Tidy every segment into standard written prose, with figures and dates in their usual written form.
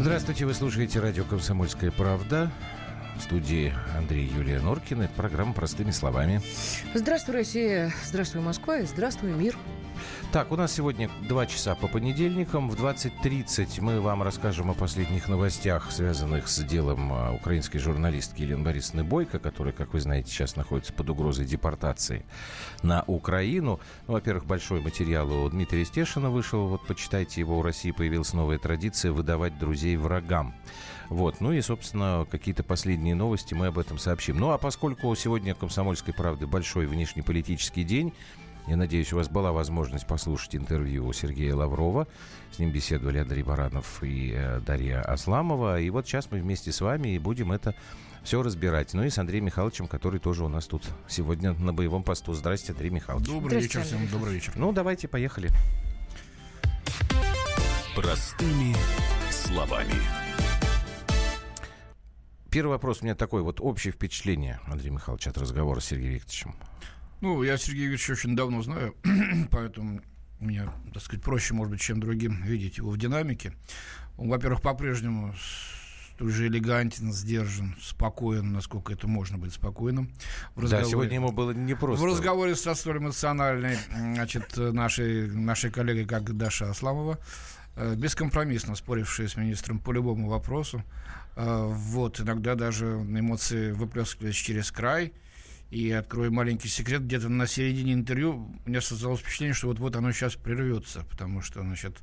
Здравствуйте, вы слушаете радио «Комсомольская правда». В студии Андрей и Юлия Норкина. Это программа «Простыми словами». Здравствуй, Россия. Здравствуй, Москва. И здравствуй, мир. Так, у нас сегодня 2 часа по понедельникам. В 20:30 мы вам расскажем о последних новостях, связанных с делом украинской журналистки Елены Борисовны Бойко, которая, как вы знаете, сейчас находится под угрозой депортации на Украину. Ну, во-первых, большой материал у Дмитрия Стешина вышел. Вот почитайте его. У России появилась новая традиция выдавать друзей врагам. Вот. Ну и, собственно, какие-то последние новости мы об этом сообщим. Ну, а поскольку сегодня «Комсомольской правды» большой внешнеполитический день, я надеюсь, у вас была возможность послушать интервью Сергея Лаврова. С ним беседовали Андрей Баранов и Дарья Асламова. И вот сейчас мы вместе с вами и будем это все разбирать. Ну и с Андреем Михайловичем, который тоже у нас тут сегодня на боевом посту. Здрасте, Андрей Михайлович. Добрый вечер всем, добрый вечер. Ну, давайте, поехали. Простыми словами. Первый вопрос у меня такой. Вот общее впечатление, Андрей Михайлович, от разговора с Сергеем Викторовичем. Ну, я Сергея Викторовича очень давно знаю, поэтому мне, так сказать, проще, может быть, чем другим видеть его в динамике. Он, во-первых, по-прежнему столь же элегантен, сдержан, спокоен, насколько это можно быть спокойным. Да, сегодня ему было непросто. В разговоре со столь эмоциональной, значит, нашей коллегой, как Даша Асламова, бескомпромиссно спорившая с министром по любому вопросу. Вот, иногда даже эмоции выплескивались через край. И открою маленький секрет, где-то на середине интервью у меня создалось впечатление, что вот оно сейчас прервется, потому что, значит,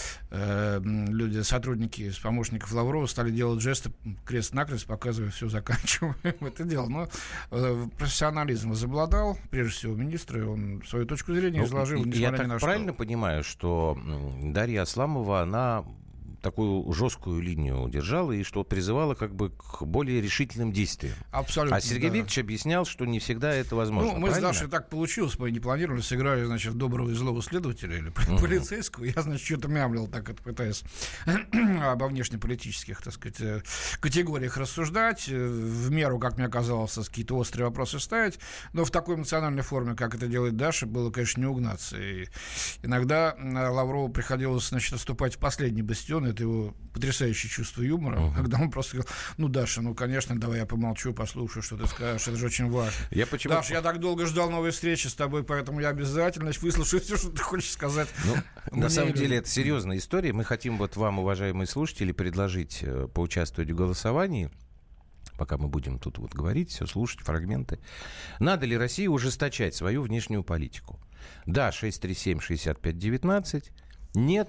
люди, сотрудники, помощников Лаврова стали делать жесты крест-накрест, показывая, все, заканчиваем это дело. Но профессионализм возобладал, прежде всего, министр, и он свою точку зрения изложил, несмотря ни на что. Я так правильно понимаю, что Дарья Асламова, она такую жесткую линию держала и что призывала как бы к более решительным действиям. Абсолютно. А Сергей Викторович объяснял, что не всегда это возможно. Ну, мы с Дашей так получилось, мы не планировали, сыграли, значит, доброго и злого следователя или полицейского. Я, значит, что-то мямлил, так это пытаясь обо внешнеполитических, так сказать, категориях рассуждать, в меру, как мне казалось, какие-то острые вопросы ставить, но в такой эмоциональной форме, как это делает Даша, было, конечно, не угнаться. И иногда Лаврову приходилось, значит, отступать в последний бастион. Это его потрясающее чувство юмора, когда он просто говорил: ну, Даша, ну, конечно, давай я помолчу, послушаю, что ты скажешь, это же очень важно. Даша, я так долго ждал новой встречи с тобой, поэтому я обязательно выслушаю все, что ты хочешь сказать. Ну, на самом деле, это серьезная история. Мы хотим вот вам, уважаемые слушатели, предложить поучаствовать в голосовании. Пока мы будем тут вот говорить, все слушать, фрагменты. Надо ли России ужесточать свою внешнюю политику? Да, 637-65-19. Нет,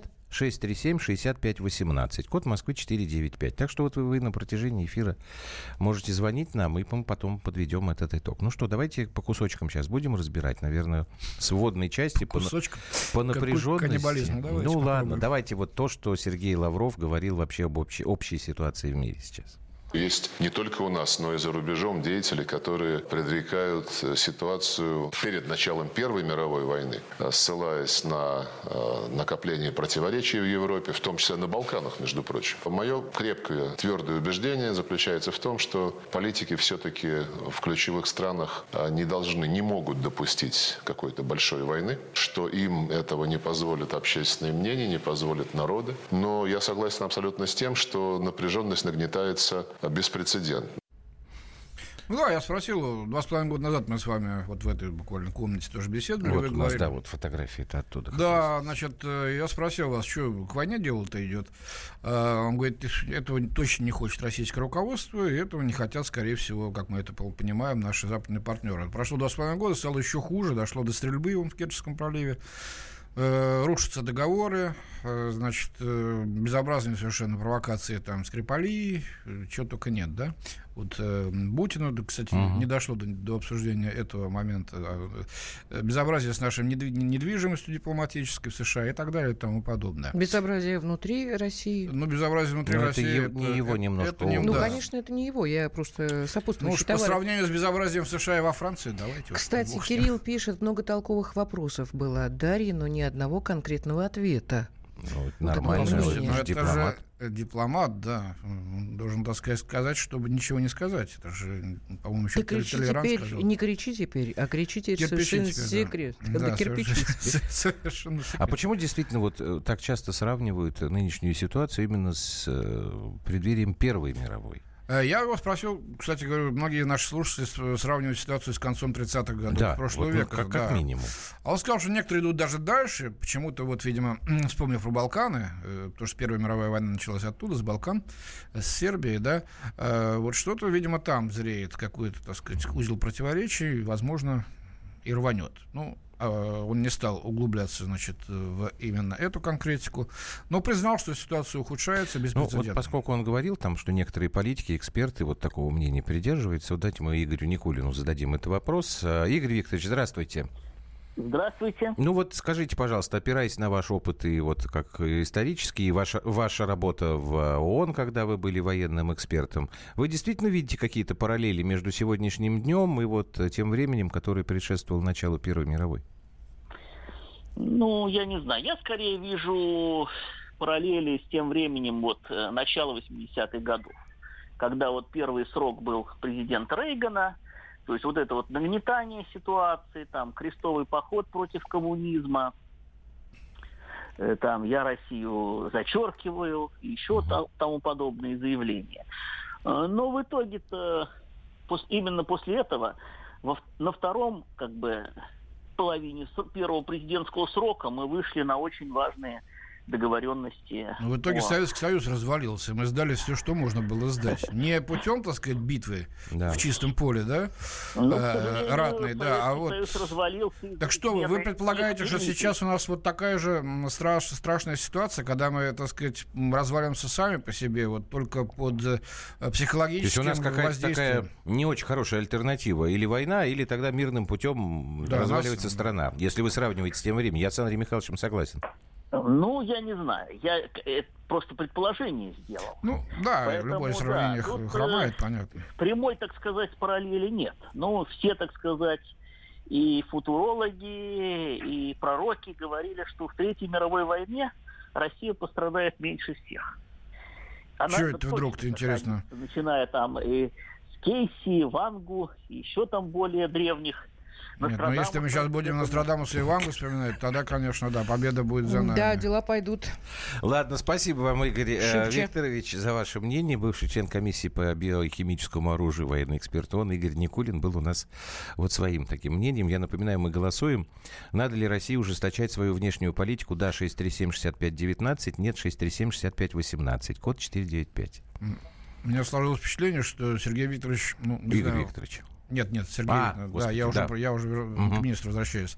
637-65-18. Код Москвы 495. Так что вот вы на протяжении эфира можете звонить нам, и мы потом подведем этот итог. Ну что, давайте по кусочкам сейчас будем разбирать, наверное, с вводной части по напряженности. Каннибализм, давайте ну попробуем. Ладно, давайте вот то, что Сергей Лавров говорил вообще об общей ситуации в мире сейчас. Есть не только у нас, но и за рубежом деятели, которые предрекают ситуацию перед началом Первой мировой войны, ссылаясь на накопление противоречий в Европе, в том числе на Балканах, между прочим. Мое крепкое, твердое убеждение заключается в том, что политики все-таки в ключевых странах не могут допустить какой-то большой войны, что им этого не позволит общественное мнение, не позволит народы. Но я согласен абсолютно с тем, что напряженность нагнетается беспрецедентно. Ну да, я спросил, 2,5 года назад мы с вами вот в этой буквально комнате тоже беседовали. Вот у нас, да, вот фотографии-то оттуда. Да, значит, я спросил вас, что к войне дело-то идет. Он говорит, этого точно не хочет российское руководство, и этого не хотят, скорее всего, как мы это понимаем, наши западные партнеры. Прошло 2,5 года, стало еще хуже, дошло до стрельбы в Керченском проливе. Рушатся договоры, значит, безобразные совершенно провокации там Скрипали, чего только нет, да? Вот Бутину, кстати, не дошло до обсуждения этого момента. Безобразие с нашей недвижимостью дипломатической в США и так далее и тому подобное. Безобразие внутри России. Ну, безобразие внутри России. Это не его немножко. Ну, да. Конечно, это не его, я просто сопутствующий товарищ. По сравнению с безобразием в США и во Франции, давайте. Кстати, Кирилл пишет, много толковых вопросов было от Дарьи, но ни одного конкретного ответа. Нормально, он же дипломат. Дипломат, да. Он должен, так сказать, чтобы ничего не сказать. Это же, по-моему, еще Толерант сказал. Не кричи теперь, а кричите совершенно секрет. Да, совершенно секрет. А почему действительно вот так часто сравнивают нынешнюю ситуацию именно с преддверием Первой мировой? Я его спросил, кстати говоря, многие наши слушатели сравнивают ситуацию с концом 30-х годов прошлого века. Как минимум. А он сказал, что некоторые идут даже дальше, почему-то, вот, видимо, вспомнив про Балканы, потому что Первая мировая война началась оттуда, с Балкан, с Сербии, да, вот что-то, видимо, там зреет какой-то, так сказать, узел противоречий, возможно, и рванет. Ну, он не стал углубляться, значит, в именно эту конкретику, но признал, что ситуация ухудшается беспрецедентно. Вот поскольку он говорил там, что некоторые политики, эксперты вот такого мнения придерживаются, вот дайте мы Игорю Никулину зададим этот вопрос. Игорь Викторович, здравствуйте. Здравствуйте. Ну вот скажите, пожалуйста, опираясь на ваш опыт и вот как исторический, и ваша работа в ООН, когда вы были военным экспертом, вы действительно видите какие-то параллели между сегодняшним днем и вот тем временем, которое предшествовало началу Первой мировой? Ну, я не знаю. Я скорее вижу параллели с тем временем вот начала 80-х годов, когда вот первый срок был президента Рейгана. То есть вот это вот нагнетание ситуации, там, крестовый поход против коммунизма, там, я Россию зачеркиваю, еще тому подобные заявления. Но в итоге-то именно после этого, на втором, как бы, половине первого президентского срока мы вышли на очень важные договоренности. Но в итоге Советский Союз развалился. Мы сдали все, что можно было сдать. Не путем, так сказать, битвы в чистом поле, да? Ратной, да. А вот... Союз развалился. Так что вы предполагаете, что сейчас у нас вот такая же страшная ситуация, когда мы, так сказать, развалимся сами по себе, вот только под психологическим воздействием? То есть у нас какая-то такая не очень хорошая альтернатива. Или война, или тогда мирным путем разваливается страна. Если вы сравниваете с тем временем. Я с Андреем Михайловичем согласен. Ну, я не знаю. Я просто предположение сделал. Ну, да, поэтому, любое сравнение хромает, понятно. Прямой, так сказать, параллели нет. Но все, так сказать, и футурологи, и пророки говорили, что в Третьей мировой войне Россия пострадает меньше всех. Чего это вдруг-то, интересно? Начиная там и с Кейси, Вангу, и еще там более древних. Нет, но если мы сейчас будем Нострадамуса и Вангу вспоминать, тогда, конечно, да, победа будет за нами. Да, дела пойдут. Ладно, спасибо вам, Игорь Викторович, за ваше мнение. Бывший член комиссии по биохимическому оружию, военный эксперт ООН Игорь Никулин был у нас вот своим таким мнением. Я напоминаю, мы голосуем. Надо ли России ужесточать свою внешнюю политику? Да, 637-65-19, нет, 637-65-18, код 495. У меня сложилось впечатление, что Сергей Викторович... Игорь Викторович. Нет, Сергей, господи, я уже к министру возвращаюсь.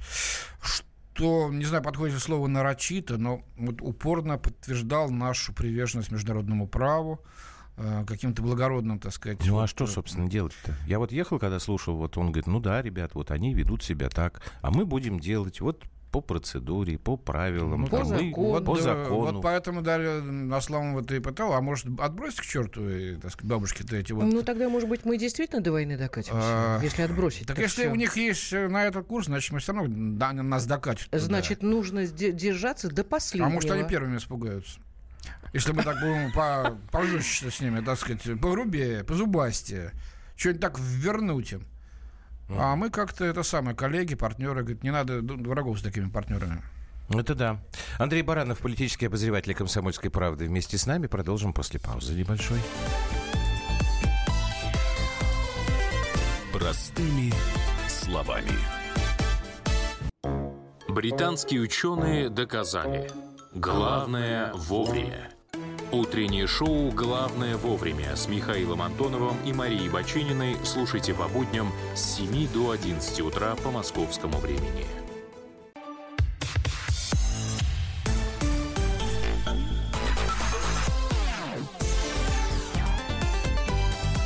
Что, не знаю, подходит ли слово нарочито, но вот упорно подтверждал нашу приверженность международному праву, каким-то благородным, так сказать. Ну, а что, собственно, делать-то? Я вот ехал, когда слушал, вот он говорит, ну да, ребят, вот они ведут себя так, а мы будем делать вот по процедуре, по правилам, по закону. По закону. Вот поэтому Дарья Асламова-то и пытала, а может, отбросить к черту, так сказать, бабушки-то эти вот. Ну, тогда, может быть, мы действительно до войны докатимся, если отбросить. Так если у них есть на этот курс, значит, мы все равно нас докатят. Значит, нужно держаться до последнего. А может, они первыми испугаются. Если мы так будем пожестче с ними, так сказать, погрубее, позубастее, что-нибудь так ввернуть им. А мы как-то, это самые коллеги, партнеры, говорят, не надо врагов с такими партнерами. Это да. Андрей Баранов, политический обозреватель «Комсомольской правды», вместе с нами. Продолжим после паузы небольшой. Простыми словами. Британские ученые доказали: главное вовремя. Утреннее шоу «Главное вовремя» с Михаилом Антоновым и Марией Бачининой слушайте по будням с 7 до 11 утра по московскому времени.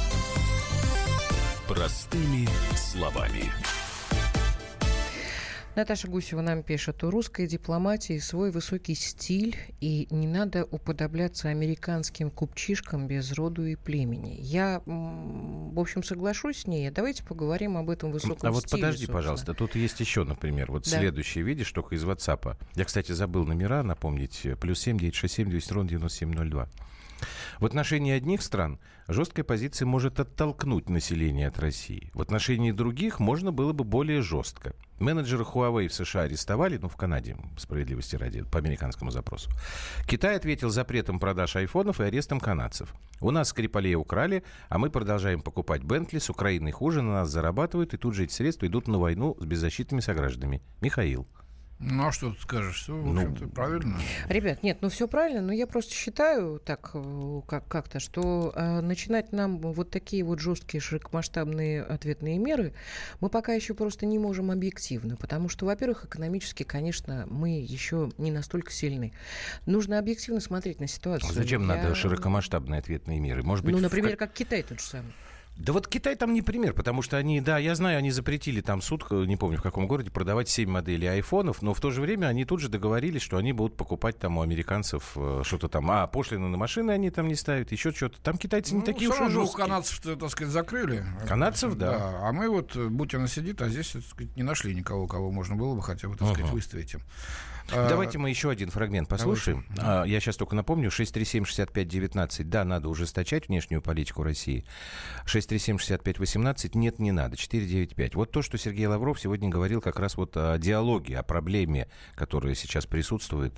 Простыми словами. Наташа Гусева нам пишет: у русской дипломатии свой высокий стиль, и не надо уподобляться американским купчишкам без роду и племени. Я, в общем, соглашусь с ней. Давайте поговорим об этом высоком стиле. А вот подожди, собственно. пожалуйста, тут есть еще, например, вот следующий, видишь, только из WhatsApp. Я, кстати, забыл номера напомнить. +7 967 200 9702. В отношении одних стран жесткая позиция может оттолкнуть население от России. В отношении других можно было бы более жестко. Менеджера Huawei в США арестовали, в Канаде, справедливости ради, по американскому запросу. Китай ответил запретом продаж айфонов и арестом канадцев. У нас Скрипалей украли, а мы продолжаем покупать Бентли. С Украиной хуже, на нас зарабатывают, и тут же эти средства идут на войну с беззащитными согражданами. Михаил. Ну, а что ты скажешь? Все, в общем-то, правильно. Ребят, нет, все правильно, но я просто считаю так как-то, что начинать нам вот такие вот жесткие, широкомасштабные ответные меры мы пока еще просто не можем объективно, потому что, во-первых, экономически, конечно, мы еще не настолько сильны. Нужно объективно смотреть на ситуацию. А зачем надо широкомасштабные ответные меры? Может быть, например, как Китай тот же самый. Да вот Китай там не пример, потому что они, да, я знаю, они запретили там не помню в каком городе, продавать 7 моделей айфонов, но в то же время они тут же договорились, что они будут покупать там у американцев что-то там, пошлины на машины они там не ставят, еще что-то. Там китайцы не такие уж и жесткие. Канадцев, так сказать, закрыли. Канадцев, да. А мы вот, Бутина сидит, а здесь, так сказать, не нашли никого, кого можно было бы хотя бы, так сказать, выставить им. Давайте мы еще один фрагмент послушаем. Я сейчас только напомню. 637-65-19. Да, надо ужесточать внешнюю политику России. 637-65-18. Нет, не надо. 495. Вот то, что Сергей Лавров сегодня говорил как раз вот о диалоге, о проблеме, которая сейчас присутствует.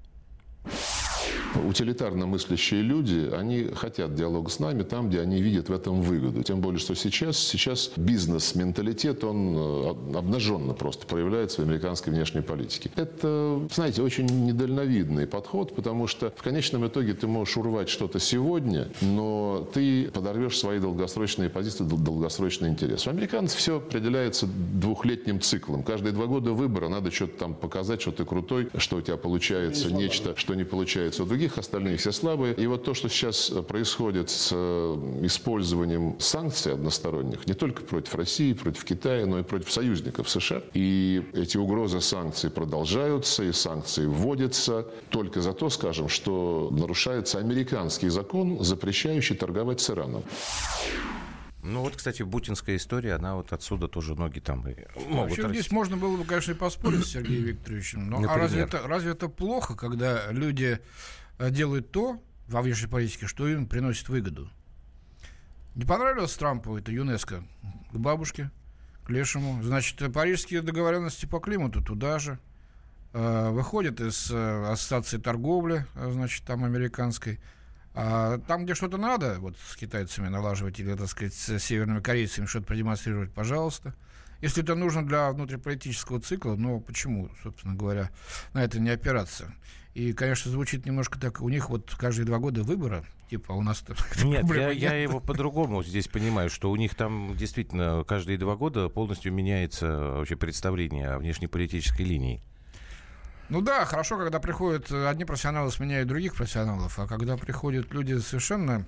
Утилитарно мыслящие люди, они хотят диалога с нами там, где они видят в этом выгоду. Тем более, что сейчас бизнес-менталитет, он обнаженно просто проявляется в американской внешней политике. Это, знаете, очень недальновидный подход, потому что в конечном итоге ты можешь урвать что-то сегодня, но ты подорвешь свои долгосрочные позиции, долгосрочные интересы. У американцев все определяется двухлетним циклом. Каждые 2 года выбора надо что-то там показать, что ты крутой, что у тебя получается нечто, что не получается у других, остальные все слабые. И вот то, что сейчас происходит с использованием санкций односторонних, не только против России, против Китая, но и против союзников США. И эти угрозы санкций продолжаются, и санкции вводятся только за то, скажем, что нарушается американский закон, запрещающий торговать с Ираном. Ну вот, кстати, бутинская история, она вот отсюда тоже ноги там могут расти. Здесь можно было бы, конечно, и поспорить с Сергеем Викторовичем. Но разве это плохо, когда люди делают то во внешней политике, что им приносит выгоду? Не понравилось Трампу это ЮНЕСКО? К бабушке, к лешему. Значит, парижские договоренности по климату туда же. Выходят из ассоциации торговли, значит, там американской. А там, где что-то надо, вот с китайцами налаживать или, так сказать, с северными корейцами что-то продемонстрировать, пожалуйста. Если это нужно для внутриполитического цикла, но почему, собственно говоря, на это не опираться? И, конечно, звучит немножко так, у них вот каждые 2 года выбора, типа, у нас-то... Нет, я его по-другому здесь понимаю, что у них там действительно каждые 2 года полностью меняется вообще представление о внешнеполитической линии. Ну да, хорошо, когда приходят одни профессионалы, сменяют других профессионалов, а когда приходят люди совершенно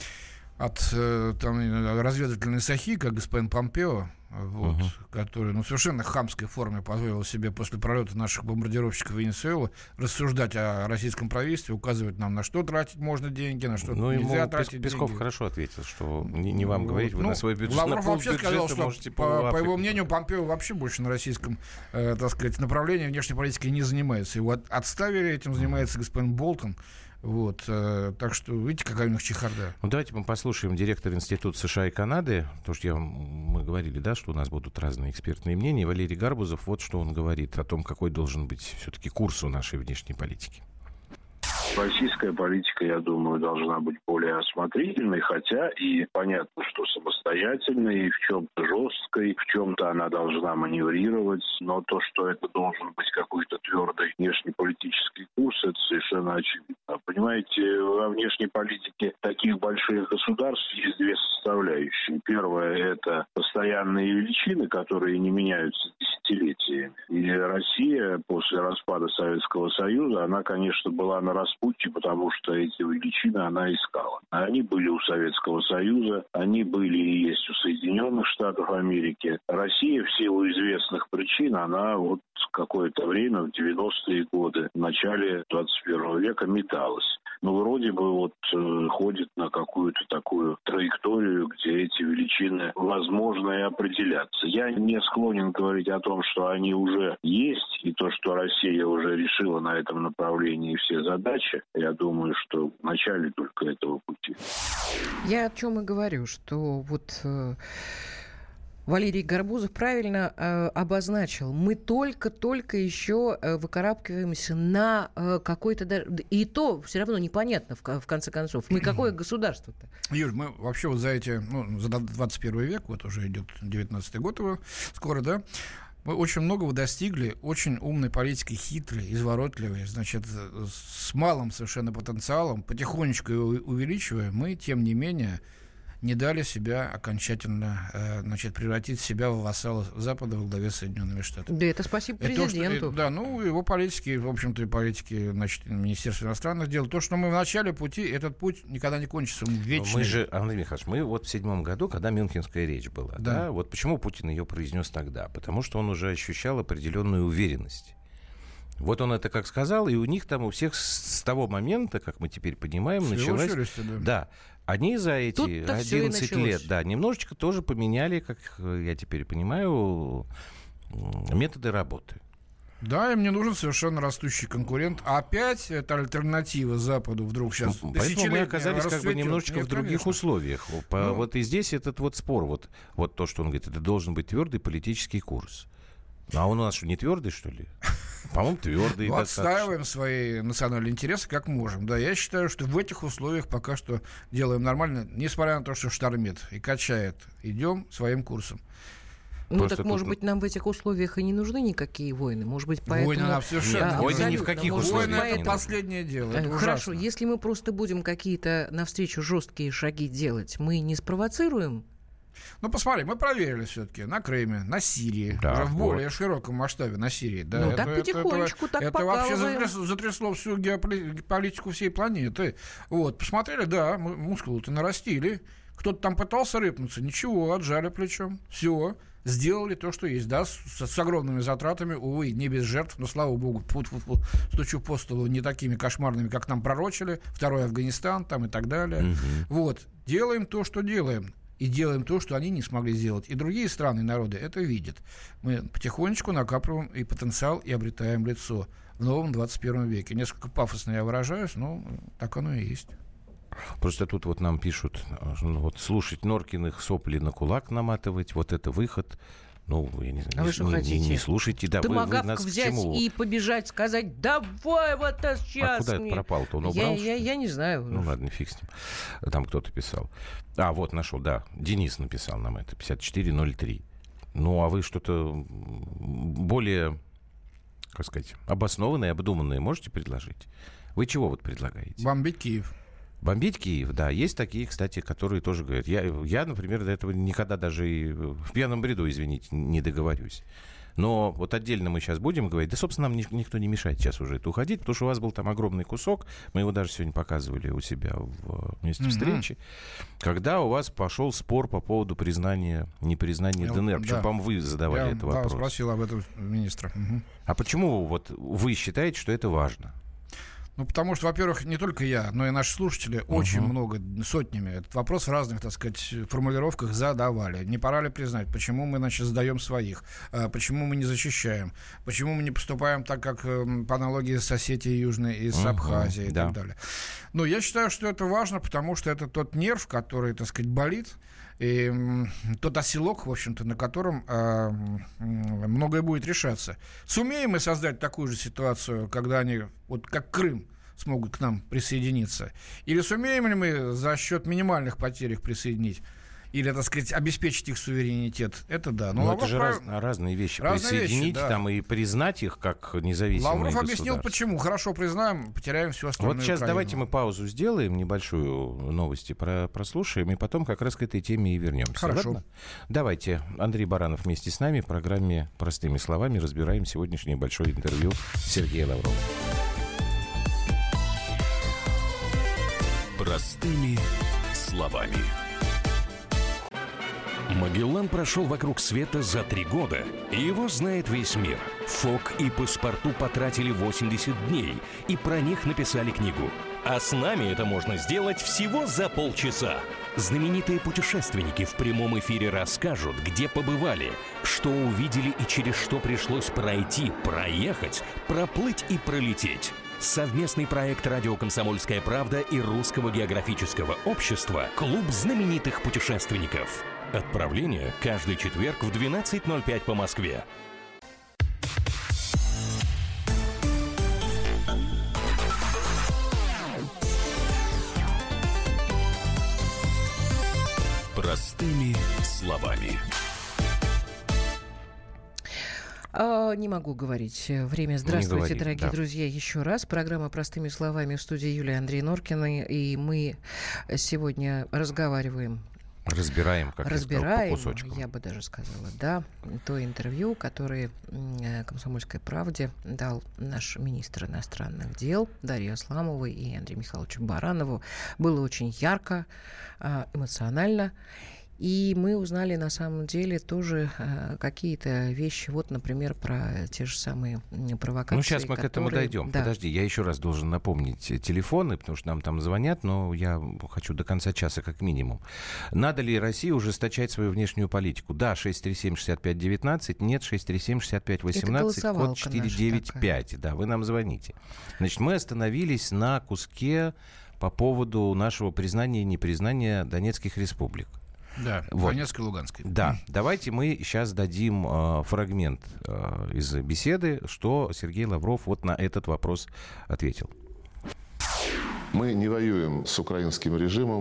от разведывательной сахи, как господин Помпео, вот, который в совершенно хамской форме позволил себе после пролета наших бомбардировщиков Венесуэлы рассуждать о российском правительстве, указывать нам, на что тратить можно деньги, на что нельзя тратить деньги. Песков хорошо ответил, что не вам говорить, вы на свой бюджет, Лавров на вообще сказал, что, можете по его мнению, Помпео вообще больше на российском, так сказать, направлении внешней политики не занимается. Его отставили, этим занимается господин Болтон. Вот, так что, видите, какая у них чехарда. Ну, давайте мы послушаем директора Института США и Канады, потому что мы говорили, да, что у нас будут разные экспертные мнения. Валерий Гарбузов, вот что он говорит о том, какой должен быть все-таки курс у нашей внешней политики. Российская политика, я думаю, должна быть более осмотрительной, хотя и понятно, что самостоятельной, в чем-то жесткой, в чем-то она должна маневрировать, но то, что это должен быть какой-то твердый внешнеполитический курс, это совершенно очевидно. Понимаете, во внешней политике таких больших государств есть 2 составляющие. Первое – это постоянные величины, которые не меняются десятилетиями. И Россия после после распада Советского Союза, она, конечно, была на распутье, потому что эти величины она искала. Они были у Советского Союза, они были и есть у Соединенных Штатов Америки. Россия в силу известных причин, она вот какое-то время, в 90-е годы, в начале 21 века металась. Но вроде бы вот ходит на какую-то такую траекторию, где эти величины возможно и определятся. Я не склонен говорить о том, что они уже есть, и то, что Россия уже решила на этом направлении все задачи. Я думаю, что в начале только этого пути. Я о чем и говорю, что вот Валерий Гарбузов правильно обозначил. Мы только еще выкарабкиваемся на какой-то... И то все равно непонятно, в конце концов. Мы какое государство-то? Юль, мы вообще вот за 21 век, вот уже идет 19-й год его, скоро, да, мы очень многого достигли, очень умной политикой, хитрой, изворотливой, значит, с малым совершенно потенциалом, потихонечку его увеличивая, мы, тем не менее, не дали себя окончательно, превратить себя в вассала Запада во главе с Соединенными Штатами. Да, это спасибо президенту. Его политики, в общем-то, и политики, Министерства иностранных дел. То, что мы в начале пути, этот путь никогда не кончится, он вечный. Мы же, Андрей Михайлович, мы вот в 2007 году, когда Мюнхенская речь была, да, вот почему Путин ее произнес тогда? Потому что он уже ощущал определенную уверенность. Вот он это как сказал, и у них там у всех с того момента, как мы теперь понимаем, началась... Да. Они за эти Тут-то 11 лет, да, немножечко тоже поменяли, как я теперь понимаю, методы работы. Да, им не нужен совершенно растущий конкурент. Опять это альтернатива Западу вдруг сейчас. Поэтому мы оказались как бы немножечко в других условиях. Вот и здесь этот вот спор, вот то, что он говорит, это должен быть твердый политический курс. А он у нас что, не твердый, что ли? По-моему, твердый. Мы отстаиваем свои национальные интересы как можем. Да, я считаю, что в этих условиях пока что делаем нормально, несмотря на то, что штормит и качает. Идем своим курсом. Ну, так, может быть, нам в этих условиях и не нужны никакие войны? Может быть, поэтому... Войны нам совершенно... Войны ни в каких условиях. Войны — это последнее дело. Это хорошо, ужасно. если мы просто будем какие-то навстречу жесткие шаги делать, мы не спровоцируем? Ну, посмотри, мы проверили все-таки на Крыме, на Сирии, да, уже в более широком масштабе на Сирии. Да, ну, так потихонечку так это покалываем. вообще затрясло всю геополитику всей планеты. Вот, посмотрели, да, мускулы-то нарастили. Кто-то там пытался рыпнуться, ничего, отжали плечом. Все, сделали то, что есть, да, с огромными затратами, увы, не без жертв, но, слава богу, стучу по столу, не такими кошмарными, как нам пророчили, второй Афганистан там и так далее. Вот, делаем то, что делаем. И делаем то, что они не смогли сделать. И другие страны и народы это видят. Мы потихонечку накапливаем и потенциал, и обретаем лицо в новом 21 веке. Несколько пафосно я выражаюсь, но так оно и есть. Просто тут вот нам пишут, вот слушать Норкиных сопли на кулак наматывать, вот это выход. Ну, я не знаю, вы что хотите? Не слушайте, да, вы нас взять к чему? И побежать, сказать, давай вот сейчас. А куда это пропал-то? Он убрал? Я не знаю. Ну ладно, фиг с ним. Там кто-то писал. А, вот нашел, да. Денис написал нам это, 5403. Ну, а вы что-то более, как сказать, обоснованное, обдуманное можете предложить? Вы чего вот предлагаете? Бомбить Киев. Бомбить Киев, да. Есть такие, кстати, которые тоже говорят. Я, например, до этого никогда даже и в пьяном бреду, извините, не договорюсь. Но вот отдельно мы сейчас будем говорить. Да, собственно, нам никто не мешает сейчас уже это уходить, потому что у вас был там огромный кусок. Мы его даже сегодня показывали у себя в месте встречи. Когда у вас пошел спор по поводу признания, непризнания ДНР. Причем, да. По-моему, вы задавали этот вопрос. Я спросил об этом министра. А почему вот вы считаете, что это важно? Ну, потому что, во-первых, не только я, но и наши слушатели очень много, сотнями, этот вопрос в разных, так сказать, формулировках задавали. Не пора ли признать, почему мы, значит, сдаем своих, почему мы не защищаем, почему мы не поступаем так, как по аналогии с Осетией Южной и с Абхазией и так далее. Но я считаю, что это важно, потому что это тот нерв, который, так сказать, болит, и тот оселок, в общем-то, на котором многое будет решаться. Сумеем мы создать такую же ситуацию, когда они, вот как Крым, смогут к нам присоединиться? Или сумеем ли мы за счет минимальных потерь их присоединить? или, так сказать, обеспечить их суверенитет, это да. Но это же разные вещи. Присоединить вещи, да. там и признать их как независимые Лавров государства. объяснил, почему. Хорошо признаем, потеряем всю остальную Вот сейчас Украину. давайте мы паузу сделаем, небольшую новости прослушаем, и потом как раз к этой теме и вернемся. Хорошо. Ладно? Давайте. Андрей Баранов вместе с нами в программе «Простыми словами» разбираем сегодняшнее большое интервью Сергея Лаврова. Простыми словами. Магеллан прошел вокруг света за 3 года, и его знает весь мир. Фок и Паспарту потратили 80 дней, и про них написали книгу. А с нами это можно сделать всего за полчаса. Знаменитые путешественники в прямом эфире расскажут, где побывали, что увидели и через что пришлось пройти, проехать, проплыть и пролететь. Совместный проект «Радио Комсомольская правда» и Русского географического общества «Клуб знаменитых путешественников». Отправление каждый четверг в 12:05 по Москве. Простыми словами. Не могу говорить. Время. Здравствуйте, дорогие да. друзья, еще раз. Программа «Простыми словами» в студии Юлии Андрей Норкиной. И мы сегодня разбираем, как я сказал, по кусочкам. Я бы даже сказала, да, то интервью, которое «Комсомольской правде» дал наш министр иностранных дел Дарья Асламова и Андрею Михайловичу Баранову. Было очень ярко, эмоционально. И мы узнали, на самом деле, тоже какие-то вещи. Вот, например, про те же самые провокации. Ну, сейчас мы к этому дойдем. Да. Подожди, я еще раз должен напомнить телефоны, потому что нам там звонят, но я хочу до конца часа как минимум. Надо ли России ужесточать свою внешнюю политику? Да, 637-65-19, нет, 637-65-18, код 495. Да, вы нам звоните. Значит, мы остановились на куске по поводу нашего признания и непризнания Донецких республик. Да, вот. Донецкой и Луганской. Да, давайте мы сейчас дадим фрагмент из беседы, что Сергей Лавров вот на этот вопрос ответил. Мы не воюем с украинским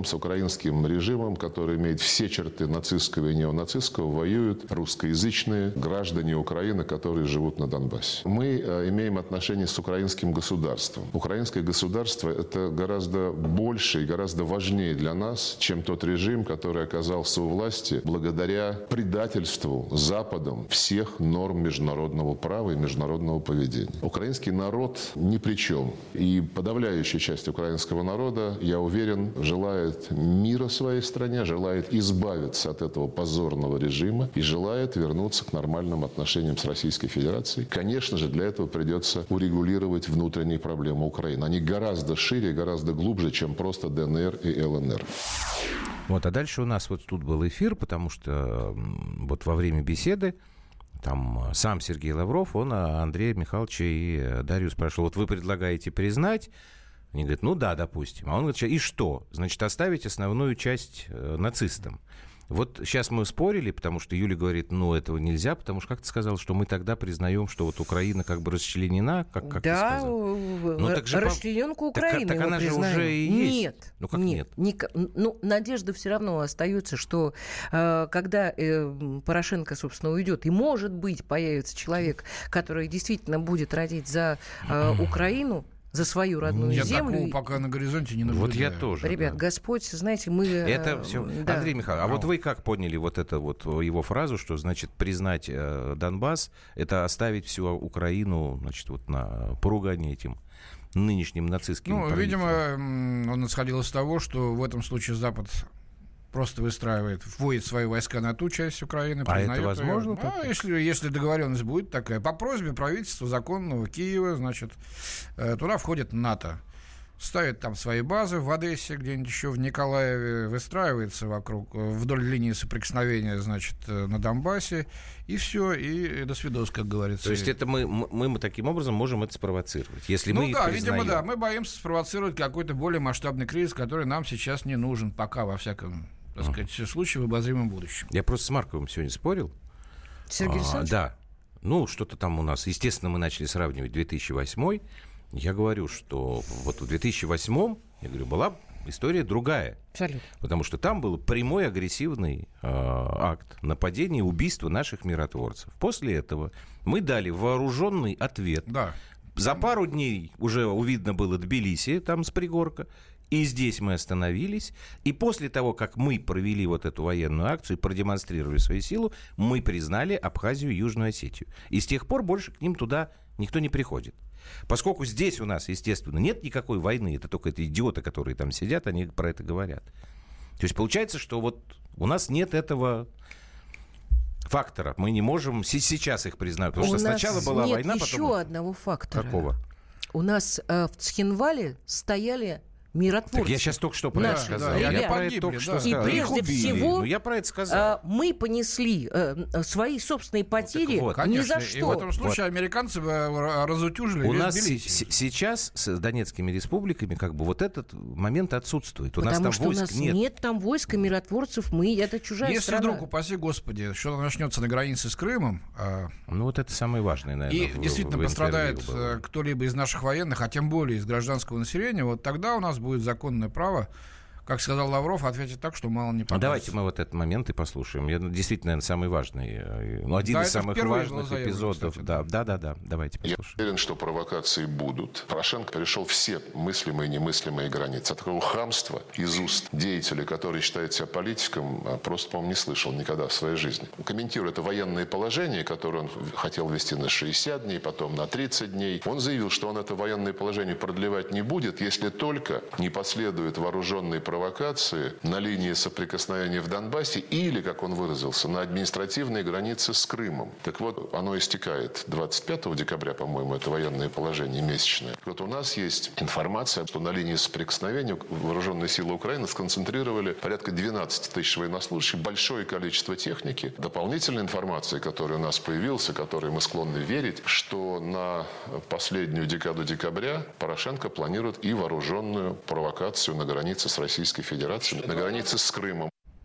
режимом, который имеет все черты нацистского и неонацистского, воюют русскоязычные граждане Украины, которые живут на Донбассе. Мы имеем отношение с украинским государством. Украинское государство – это гораздо больше и гораздо важнее для нас, чем тот режим, который оказался у власти благодаря предательству Западом всех норм международного права и международного поведения. Украинский народ ни при чем. И подавляющая часть украинского народа, я уверен, желает мира своей стране, желает избавиться от этого позорного режима и желает вернуться к нормальным отношениям с Российской Федерацией. Конечно же, для этого придется урегулировать внутренние проблемы Украины. Они гораздо шире, гораздо глубже, чем просто ДНР и ЛНР. Вот, а дальше у нас вот тут был эфир, потому что вот во время беседы там сам Сергей Лавров, он Андрея Михайловича и Дарью спрашивал, вот вы предлагаете признать? Они говорят, ну да, допустим. А он говорит, и что? Значит, оставить основную часть нацистам. Вот сейчас мы спорили, потому что Юля говорит, ну этого нельзя, потому что, как ты сказал, что мы тогда признаем, что вот Украина как бы расчленена, как да, ты сказал. расчлененку Украины так она признаем. же уже и есть. Нет. Ну как нет? Ну, надежда все равно остается, что когда Порошенко, собственно, уйдет, и, может быть, появится человек, который действительно будет родить за Украину, за свою родную землю. Я такого пока на горизонте не наблюдаю. Вот я тоже. Ребят, да. Господь, знаете, мы... Это все. Да. Андрей Михайлович, а вот вы как поняли вот это вот его фразу, что значит признать Донбасс, это оставить всю Украину, значит, вот на поругание этим нынешним нацистским правительством? Видимо, он исходил из того, что в этом случае Запад просто вводит свои войска на ту часть Украины. А это возможно? Если договоренность будет такая. По просьбе правительства законного Киева, значит, туда входит НАТО. Ставит там свои базы в Одессе, где-нибудь еще в Николаеве, выстраивается вдоль линии соприкосновения, значит, на Донбассе, и все, и до свидос, как говорится. То есть это мы таким образом можем это спровоцировать, если мы их признаем. Видимо, да. Мы боимся спровоцировать какой-то более масштабный кризис, который нам сейчас не нужен, пока, во всяком, так сказать, случае в обозримом будущем. Я просто с Марковым сегодня спорил. Сергей Александрович? Да. Ну, что-то там у нас. Естественно, мы начали сравнивать 2008. Я говорю, что вот в 2008-м, я говорю, была история другая. Абсолютно. Потому что там был прямой агрессивный акт нападения и убийства наших миротворцев. После этого мы дали вооруженный ответ. Да. За пару дней уже видно было Тбилиси, там с пригорка. И здесь мы остановились. И после того, как мы провели вот эту военную акцию и продемонстрировали свою силу, мы признали Абхазию и Южную Осетию. И с тех пор больше к ним туда никто не приходит. Поскольку здесь у нас, естественно, нет никакой войны, это только эти идиоты, которые там сидят, они про это говорят. То есть получается, что вот у нас нет этого фактора. Мы не можем сейчас их признать. Потому что сначала была война, потом... еще одного фактора. Какого? У нас в Цхинвале стояли миротворцы. Так я сейчас только что про это сказал. Да, я про это только что сказал. И прежде всего, я про это сказал. Мы понесли свои собственные потери ни за что. И в этом случае американцы разутюжили у весь нас Тбилиси. Сейчас с Донецкими республиками как бы вот этот момент отсутствует. У Потому нас что там у нас нет там войск и миротворцев. Это чужая Если страна. вдруг, упаси Господи, что-то начнется на границе с Крымом... Ну вот это самое важное, наверное. И действительно пострадает кто-либо из наших военных, а тем более из гражданского населения, вот тогда у нас будет законное право, как сказал Лавров, ответить так, что мало не покажется. Давайте мы вот этот момент и послушаем. Действительно, наверное, самый важный, один из самых важных эпизодов. Кстати, да. Давайте послушаем. Я уверен, что провокации будут. Порошенко перешел все мыслимые и немыслимые границы. Такого хамства из уст деятелей, который считает себя политиком, просто, по-моему, не слышал никогда в своей жизни. Комментируя это военное положение, которое он хотел ввести на 60 дней, потом на 30 дней, он заявил, что он это военное положение продлевать не будет, если только не последуют вооруженные провокации на линии соприкосновения в Донбассе или, как он выразился, на административной границе с Крымом. Так вот, оно истекает 25 декабря, по-моему, это военное положение месячное. Вот у нас есть информация, что на линии соприкосновения вооруженные силы Украины сконцентрировали порядка 12 тысяч военнослужащих, большое количество техники. Дополнительная информация, которая у нас появилась, которой мы склонны верить, что на последнюю декаду декабря Порошенко планирует и вооруженную провокацию на границе с Российской Федерацией, на границе с Крымом.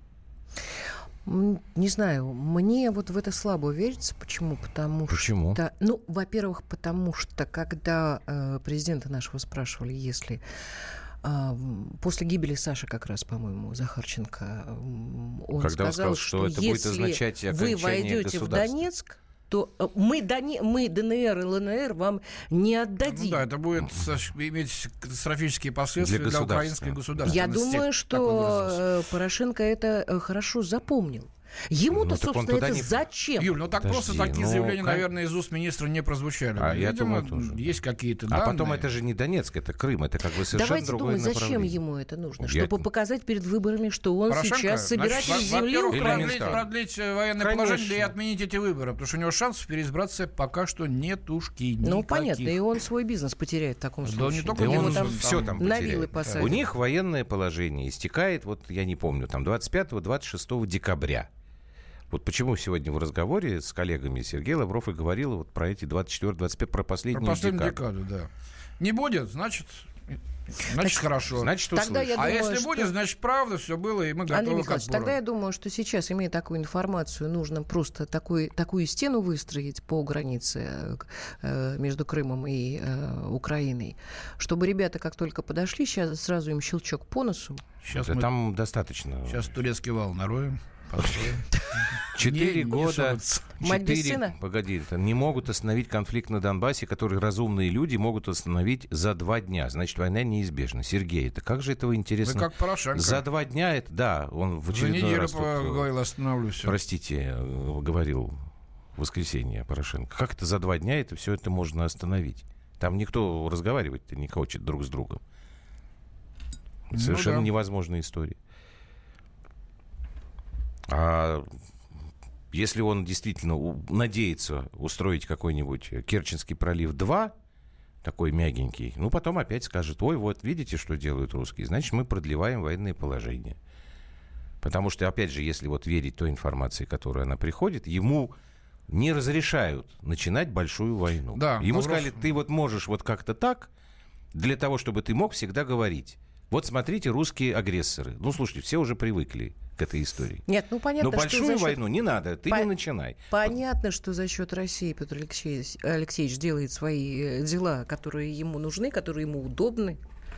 Не знаю, мне вот в это слабо верится. Почему? Потому что... во-первых, потому что, когда президента нашего спрашивали, если... После гибели Саши, как раз, по-моему, Захарченко, он сказал, что это будет означать окончание вы войдете в Донецк, то мы ДНР и ЛНР вам не отдадим. Это будет иметь катастрофические последствия для украинской государственности. Я думаю, что Порошенко это хорошо запомнил. Ему-то, собственно, это зачем? Юль, просто такие заявления, наверное, из уст министра не прозвучали. Я думаю, тоже. Есть какие-то данные. А потом это же не Донецк, это Крым, это как бы совершенно другое направление. Давайте думать, зачем ему это нужно? Чтобы показать перед выборами, что он сейчас собиратель земли Украины. Продлить военное положение и отменить эти выборы, потому что у него шансов переизбраться пока что нетушки никаких. Понятно, и он свой бизнес потеряет в таком случае. Да, не только он все там потеряет. У них военное положение истекает, я не помню, 25-26 декабря. Вот почему сегодня в разговоре с коллегами Сергей Лавров и говорил про эти 24-25, про последнюю декаду. Да. Не будет, значит хорошо. Значит, услышим. Если будет, значит, правда, все было, и мы готовы к отбору. Тогда я думаю, что сейчас, имея такую информацию, нужно просто такую стену выстроить по границе между Крымом и Украиной, чтобы ребята, как только подошли, сейчас сразу им щелчок по носу. Там достаточно. Сейчас турецкий вал нароем. 4 года. Погоди, не могут остановить конфликт на Донбассе, который разумные люди могут остановить за 2 дня. Значит, война неизбежна. Сергей, это как же этого интересно? Вы как Порошенко. За 2 дня это, он в очередной раз... говорил, остановлю все. Простите, говорил в воскресенье Порошенко. Как это за 2 дня все это можно остановить? Там никто разговаривать-то не хочет друг с другом. Совершенно невозможная история. А если он действительно надеется устроить какой-нибудь Керченский пролив 2, такой мягенький, потом опять скажет: ой, вот видите, что делают русские, значит, мы продлеваем военные положения. Потому что, опять же, если верить той информации, которая она приходит, ему не разрешают начинать большую войну. Да, ему сказали: ты можешь как-то так, для того, чтобы ты мог всегда говорить: вот смотрите, русские агрессоры. Слушайте, все уже привыкли к этой истории. Нет, понятно, но большую войну не надо, ты не начинай. Понятно, что за счет России Петр Алексеевич делает свои дела, которые ему нужны, которые ему удобны.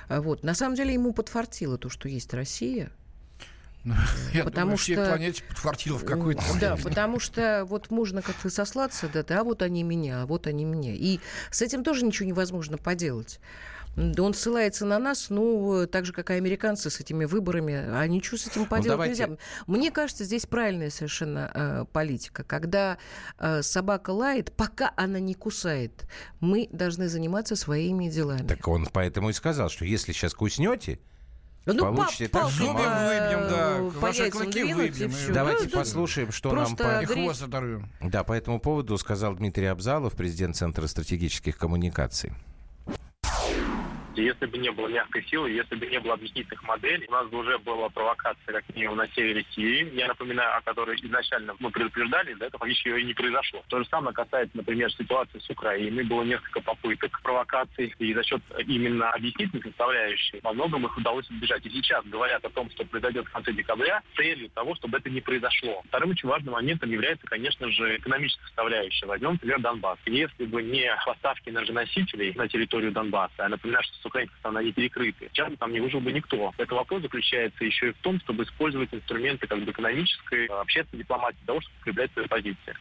Вот. На самом деле ему подфартило то, что есть Россия. Я думаю, всей планете подфартило в какой-то момент. Да, потому что вот можно как-то сослаться, да, вот они меня, а вот они меня. И с этим тоже ничего невозможно поделать. Он ссылается на нас, так же, как и американцы с этими выборами, а ничего с этим поделать нельзя. Мне кажется, здесь правильная совершенно политика. Когда собака лает, пока она не кусает, мы должны заниматься своими делами. Так он поэтому и сказал, что если сейчас куснете, получите так, зубы выбьем, да, ваши клыки выбьем. Давайте послушаем, что нам и хвост оторвем. Да, по этому поводу сказал Дмитрий Абзалов, президент Центра стратегических коммуникаций. Если бы не было мягкой силы, если бы не было объяснительных моделей, у нас бы уже была провокация, как минимум, на севере Сирии, я напоминаю, о которой изначально мы предупреждали, до этого фактически ее и не произошло. То же самое касается, например, ситуации с Украиной. Было несколько попыток провокаций, и за счет именно объяснительной составляющей во многом их удалось избежать. И сейчас говорят о том, что произойдет в конце декабря, целью того, чтобы это не произошло. Вторым очень важным моментом является, конечно же, экономическая составляющая. Возьмем, например, Донбасс. Если бы не поставки энергоносителей на территорию Донбасса, я напоминаю, что с украинской стороны они перекрыты, сейчас там не выжил бы никто. Этот вопрос заключается еще и в том, чтобы использовать инструменты как бы экономической, общественной дипломатии для того, чтобы укреплять свои позиции.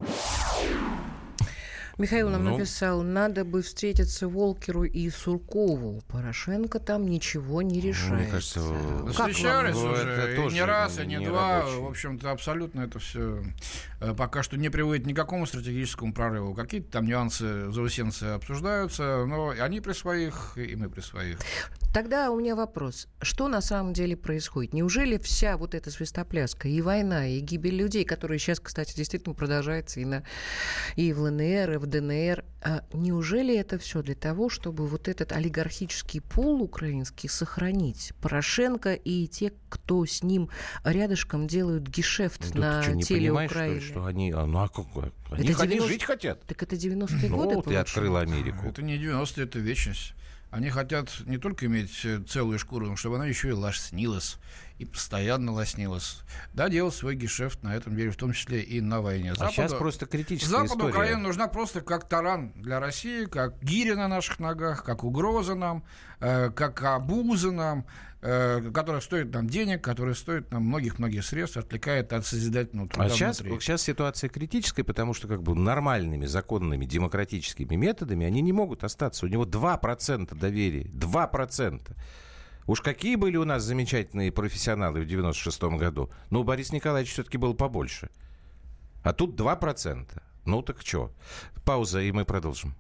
Михаил нам написал, надо бы встретиться Волкеру и Суркову. Порошенко там ничего не решает. Мне кажется, встречались уже и не раз, и не два. рабочий. В общем-то, абсолютно это все пока что не приводит ни к какому стратегическому прорыву. Какие-то там нюансы заусенцы обсуждаются, но они при своих, и мы при своих. Тогда у меня вопрос. Что на самом деле происходит? Неужели вся вот эта свистопляска, и война, и гибель людей, которая сейчас, кстати, действительно продолжается и в ЛНР, и в ДНР, неужели это все для того, чтобы вот этот олигархический пул украинский сохранить? Порошенко и те, кто с ним рядышком делают гешефт на теле Украины. Что они, они жить хотят. Так это 90-е годы, вот и открыл Америку. Это не 90-е, это вечность. Они хотят не только иметь целую шкуру, но чтобы она еще и лоснилась, и постоянно лоснилась. Да, делать свой гешефт на этом деле, в том числе и на войне. Сейчас просто критическая Западу история. Украина нужна просто как таран для России, как гиря на наших ногах, как угроза нам, как обуза нам, которая стоит нам денег, которая стоит нам многих-многих средств, отвлекает от созидательного труда внутри. Сейчас ситуация критическая, потому что как бы нормальными, законными, демократическими методами они не могут остаться. У него 2% доверия. 2%. Уж какие были у нас замечательные профессионалы в 96-м году. Но у Бориса Николаевича все-таки было побольше. А тут 2%. Ну так что? Пауза, и мы продолжим.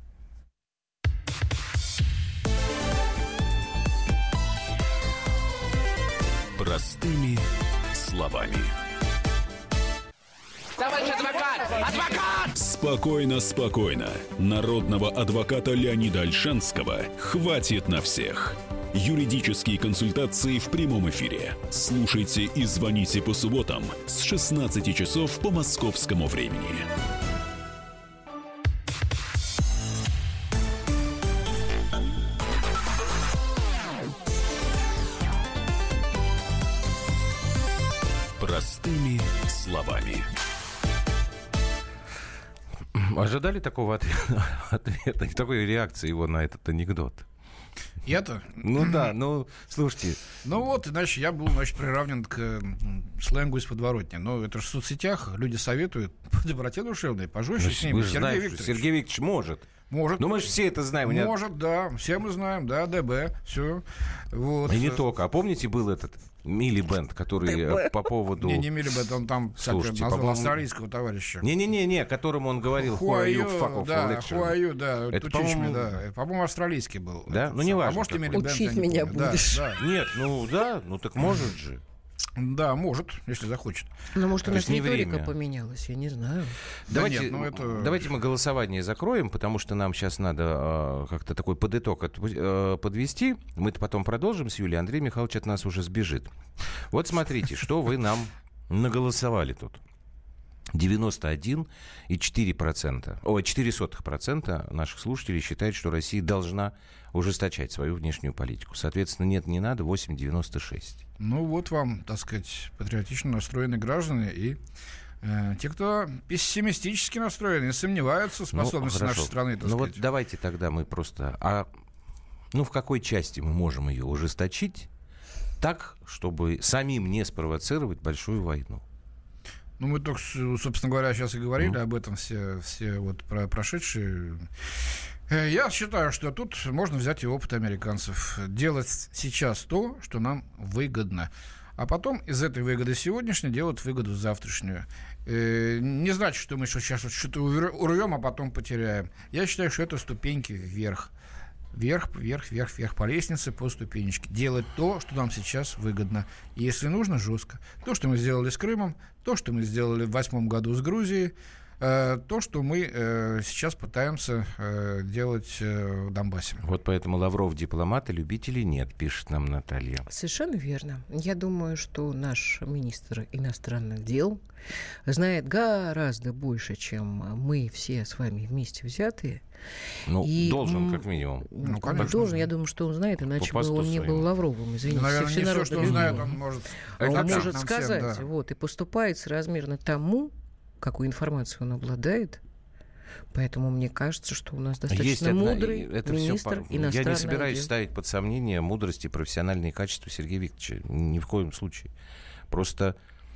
Простыми словами. Товарищ адвокат! Адвокат! Спокойно, спокойно. Народного адвоката Леонида Ольшанского хватит на всех. Юридические консультации в прямом эфире. Слушайте и звоните по субботам с 16 часов по московскому времени. Простыми словами. Ожидали такого ответа, такой реакции его на этот анекдот? Я-то? Ну да, слушайте. Ну вот, иначе я был, приравнен к сленгу из подворотни. Но это же в соцсетях люди советуют по доброте душевной, пожестче с ними. Сергей Викторович может. Может. Ну, мы же все это знаем. Может, да. Все мы знаем, да, ДБ, все. Вот. И не только. А помните, был этот Милибенд, который по поводу... Не Милибенд, он там назвал австралийского товарища. Не, которому он говорил Хуаю, да, это, по-моему, австралийский был. Да? Ну, не важно. А может, и Милибенд. Учить меня будешь. Да. Нет, так может же. Да, может, если захочет. Но может, у нас риторика поменялась, я не знаю. Давайте мы голосование закроем, потому что нам сейчас надо как-то такой подыток подвести. Мы-то потом продолжим с Юлией. Андрей Михайлович от нас уже сбежит. Вот смотрите, что вы нам наголосовали тут. 91,4% наших слушателей считают, что Россия должна ужесточать свою внешнюю политику. Соответственно, нет, не надо, 8,96%. Ну, вот вам, так сказать, патриотично настроенные граждане и те, кто пессимистически настроены и сомневаются в способности нашей страны, так сказать. Вот давайте тогда мы просто... Ну, в какой части мы можем ее ужесточить так, чтобы самим не спровоцировать большую войну? Ну, мы только, собственно говоря, сейчас и говорили об этом все вот прошедшие. Я считаю, что тут можно взять и опыт американцев. Делать сейчас то, что нам выгодно. А потом из этой выгоды сегодняшней делать выгоду завтрашнюю. Не значит, что мы сейчас что-то урвем, а потом потеряем. Я считаю, что это ступеньки вверх. Вверх по лестнице, по ступенечке. Делать то, что нам сейчас выгодно. И если нужно, жестко. То, что мы сделали с Крымом, то, что мы сделали в 2008 году с Грузией, то, что мы сейчас пытаемся делать в Донбассе. Вот поэтому Лавров дипломат, а любителей нет, пишет нам Наталья. Совершенно верно. Я думаю, что наш министр иностранных дел знает гораздо больше, чем мы все с вами вместе взятые. Ну, и должен, как минимум. Ну, конечно. Должен, я думаю, что он знает, иначе бы он не был Лавровым. Извините, наверное, не все, что он знает, он может сказать. Всем, да. Вот, и поступает соразмерно тому, какую информацию он обладает. Поэтому мне кажется, что у нас достаточно мудрый министр иностранных дел. Я не собираюсь ставить под сомнение мудрость и профессиональные качества Сергея Викторовича. Ни в коем случае. Просто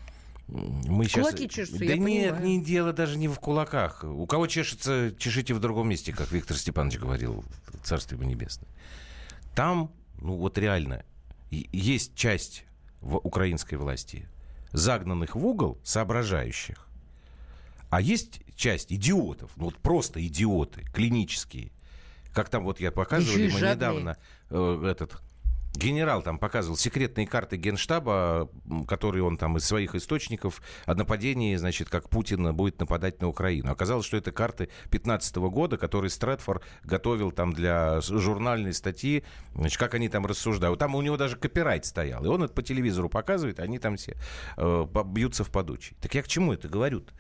мы сейчас... Кулаки чешутся, да я нет, понимаю. дело даже не в кулаках. У кого чешется, чешите в другом месте, как Виктор Степанович говорил, Царствие ему небесное. Там, ну вот реально, есть часть украинской власти, загнанных в угол, соображающих. А есть часть идиотов, ну вот просто идиоты, клинические. Как там вот я показывал, мы недавно, этот генерал там показывал секретные карты Генштаба, которые он там из своих источников о нападении, значит, как Путин будет нападать на Украину. Оказалось, что это карты 2015 года, которые Стрэдфор готовил там для журнальной статьи, значит, как они там рассуждают. Там у него даже копирайт стоял, и он это по телевизору показывает, они там все бьются в подучий. Так я к чему это говорю-то?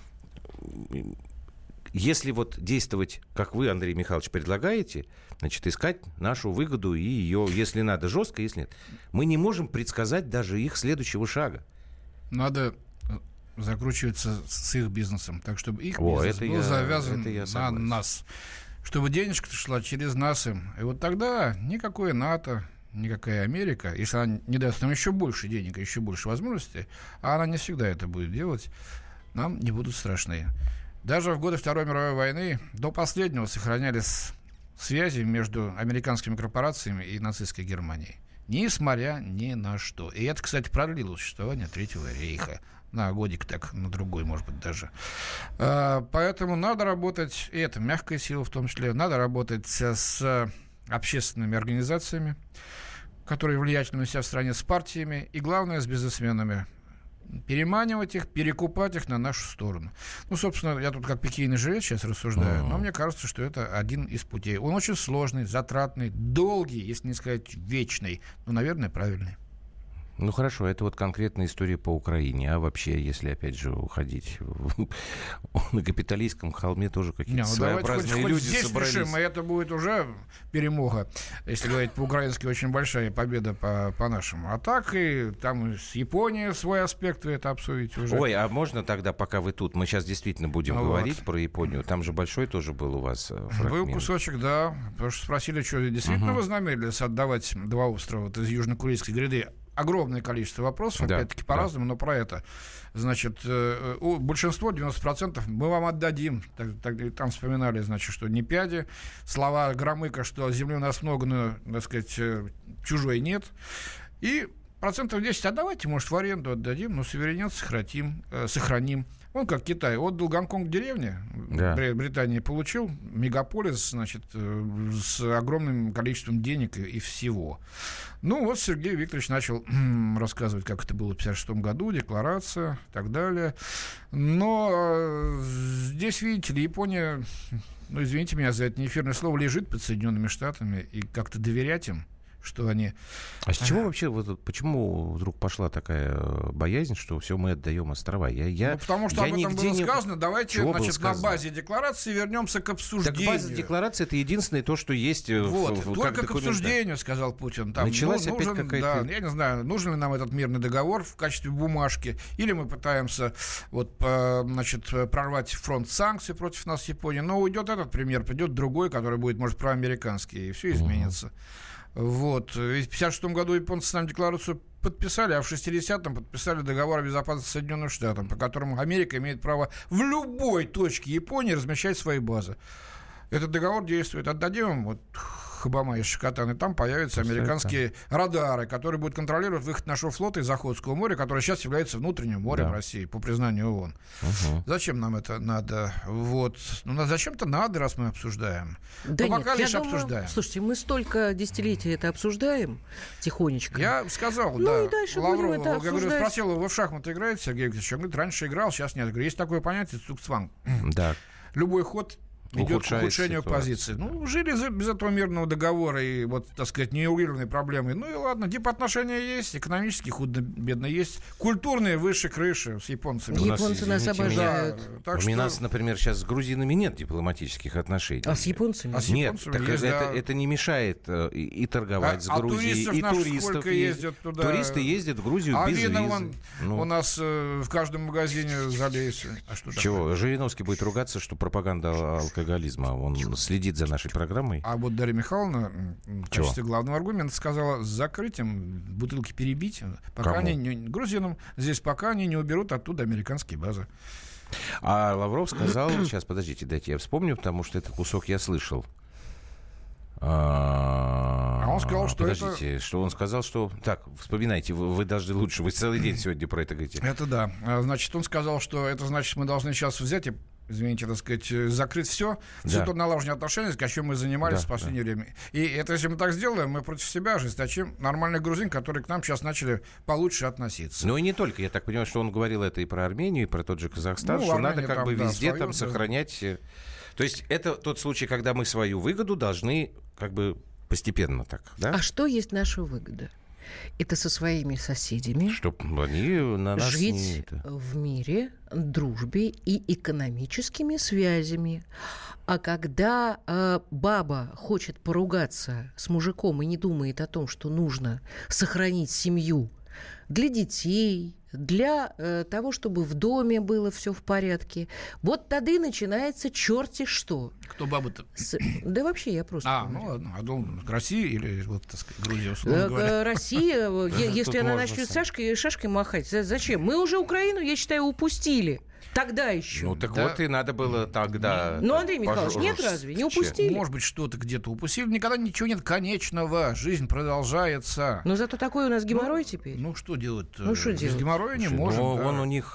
Если вот действовать, как вы, Андрей Михайлович, предлагаете, значит, искать нашу выгоду и ее, если надо, жестко, если нет, мы не можем предсказать даже их следующего шага. Надо закручиваться с их бизнесом, так, чтобы их бизнес был завязан на нас. Чтобы денежка шла через нас им. И вот тогда никакое НАТО, никакая Америка, если она не даст нам еще больше денег, еще больше возможностей, а она не всегда это будет делать, нам не будут страшны. Даже в годы Второй мировой войны до последнего сохранялись связи между американскими корпорациями и нацистской Германией. Несмотря ни на что. И это, кстати, продлило существование Третьего рейха. На годик так, на другой, может быть, даже. Поэтому надо работать, и это мягкая сила в том числе, надо работать с общественными организациями, которые влиятельны у себя в стране, с партиями и, главное, с бизнесменами. Переманивать их, перекупать их на нашу сторону. Ну, собственно, я тут как пикейный жилец сейчас рассуждаю, но мне кажется, что это один из путей. Он очень сложный, затратный, долгий, если не сказать вечный, но, наверное, правильный. Ну, хорошо, это вот конкретная история по Украине. А вообще, если, опять же, уходить на капиталистском холме, тоже какие-то своеобразные люди здесь собрались. Решим, и это будет уже перемога, если говорить по-украински, очень большая победа по-нашему. А так и там с Японией свой аспект, вы это обсудите уже. Ой, а можно тогда, пока вы тут, мы сейчас действительно будем говорить про Японию, там же большой тоже был у вас фрагмент. Был кусочек, да, потому что спросили, что действительно вознамерились отдавать два острова вот, из Южно-Курильской гряды. Огромное количество вопросов, опять-таки, по-разному, но про это. Значит, большинство, 90%, мы вам отдадим. Там вспоминали, значит, что не пяди. Слова Громыка, что земли у нас много, но, так сказать, чужой нет. И 10% отдавайте, может, в аренду отдадим, но суверенитет сохраним. Он как Китай отдал Гонконг деревне, Британия получил мегаполис, значит, с огромным количеством денег и всего. Ну, вот Сергей Викторович начал рассказывать, как это было в 1956 году, декларация и так далее. Но здесь, видите ли, Япония, ну, извините меня за это неэфирное слово, лежит под Соединенными Штатами, и как-то доверять им что они... А с чего вообще, почему вдруг пошла такая боязнь, что все мы отдаем острова? Потому что об этом было сказано. Давайте, на базе декларации вернемся к обсуждению. Так база декларации — это единственное то, что есть только к обсуждению, сказал Путин. Там, началась опять какая-то... Да, я не знаю, нужен ли нам этот мирный договор в качестве бумажки, или мы пытаемся прорвать фронт санкций против нас Японии. Но уйдет этот премьер, придет другой, который будет, может, проамериканский, и все изменится. Вот. Ведь в 1956 году японцы с нами декларацию подписали, а в 60-м подписали договор о безопасности с Соединенными Штатами, по которому Америка имеет право в любой точке Японии размещать свои базы. Этот договор действует. Отдадим им Хабама и Шикотан, и там появятся американские радары, которые будут контролировать выход нашего флота из Охотского моря, которое сейчас является внутренним морем России, по признанию ООН. Зачем нам это надо? Зачем-то надо, раз мы обсуждаем. Да но нет, пока лишь обсуждаем. Слушайте, мы столько десятилетий это обсуждаем тихонечко. Я сказал, и дальше Лаврову, будем это обсуждать. Спросил его, вы в шахматы играете, Сергей Викторович? Он говорит, раньше играл, сейчас нет. Я говорю, есть такое понятие цугцванг. Да. Любой ход идет к ухудшению позиции. Жили без этого мирного договора и, неурегулированной проблемы. Ну и ладно, дипотношения есть, экономически худо-бедно есть, культурные выше крыши с японцами. Японцы нас обожают. У нас, например, сейчас с грузинами нет дипломатических отношений. А с японцами? Нет, это не мешает и торговать с Грузией, и туристов. Туристы ездят в Грузию без визы. У нас в каждом магазине залезть. Чего? Жириновский будет ругаться, что пропаганда алкоголизма. Он следит за нашей программой. А вот Дарья Михайловна в качестве главного аргумента сказала, с закрытием бутылки перебить, пока они грузинам здесь, пока они не уберут оттуда американские базы. А Лавров сказал, сейчас, подождите, дайте я вспомню, потому что этот кусок я слышал. Он сказал, что подождите, что он сказал, что... Так, вспоминайте, вы должны лучше, вы целый день сегодня про это говорите. Это да. Значит, он сказал, что это значит, мы должны сейчас взять и закрыть все то налаживание отношений, с чем мы занимались в последнее время. И это, если мы так сделаем, мы против себя ожесточим нормальных грузин, которые к нам сейчас начали получше относиться. Ну и не только. Я так понимаю, что он говорил это и про Армению, и про тот же Казахстан, что надо везде там сохранять... То есть это тот случай, когда мы свою выгоду должны постепенно так, да? А что есть наша выгода? Это со своими соседями чтобы они на нас жить в мире, дружбе и экономическими связями. А когда баба хочет поругаться с мужиком и не думает о том, что нужно сохранить семью для детей, для того, чтобы в доме было все в порядке, вот тогда и начинается черти что. Кто баба-то? Да вообще я просто... ладно. А думаю, Россия или Грузия, условно говоря? Россия, если она начнет шашкой махать, зачем? Мы уже Украину, я считаю, упустили. Тогда еще. Вот и надо было тогда... Андрей Михайлович, нет разве? Не упустили? Может быть, что-то где-то упустили. Никогда ничего нет конечного. Жизнь продолжается. Но зато такой у нас геморрой теперь. Что делать? Что делать? Без геморроя не можем. Он у них...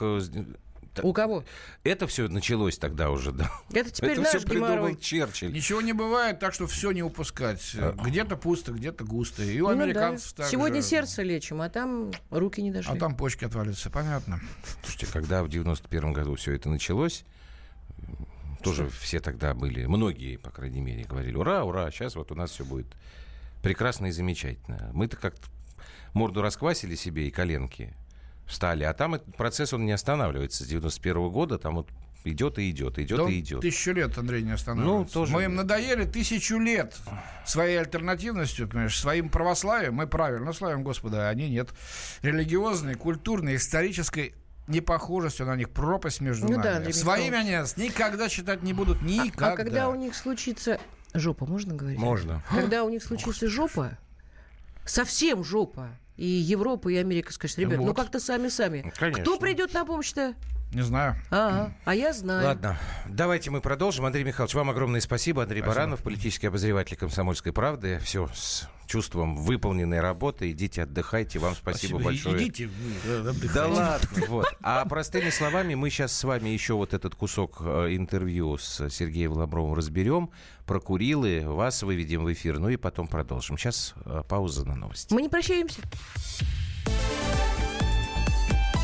У кого? Это все началось тогда уже, да. Это теперь наш все придумал геморрой. Черчилль. Ничего не бывает, так что все не упускать. Где-то пусто, где-то густо. И у американцев также. Сегодня сердце лечим, а там руки не дошли. А там почки отвалятся, понятно. Слушайте, когда в 91 году все это началось, тоже все тогда были, многие, по крайней мере, говорили, ура, ура, сейчас вот у нас все будет прекрасно и замечательно. Мы-то как-то морду расквасили себе и коленки встали, а там этот процесс, он не останавливается. С 91 года там идет и идет. 1000 лет, Андрей, не останавливается. Тоже... Мы им надоели 1000 лет своей альтернативностью, понимаешь, своим православием. Мы правильно славим Господа, а они нет. Религиозной, культурной, исторической непохожестью на них, пропасть между нами. Своими они нас никогда считать не будут, никогда. А когда у них случится... Жопа, можно говорить? Можно. Когда у них случится жопа, совсем жопа, и Европа, и Америка скажут, ребят, как-то сами. Конечно. Кто придет на помощь-то? Не знаю. А я знаю. Ладно, давайте мы продолжим. Андрей Михайлович, вам огромное спасибо. Андрей Баранов, политический обозреватель «Комсомольской правды». Все с чувством выполненной работы. Идите, отдыхайте. Вам спасибо большое. Идите, отдыхайте. Да ладно. А простыми словами, мы сейчас с вами еще вот этот кусок интервью с Сергеем Лавровым разберем. Про Курилы вас выведем в эфир, и потом продолжим. Сейчас пауза на новости. Мы не прощаемся.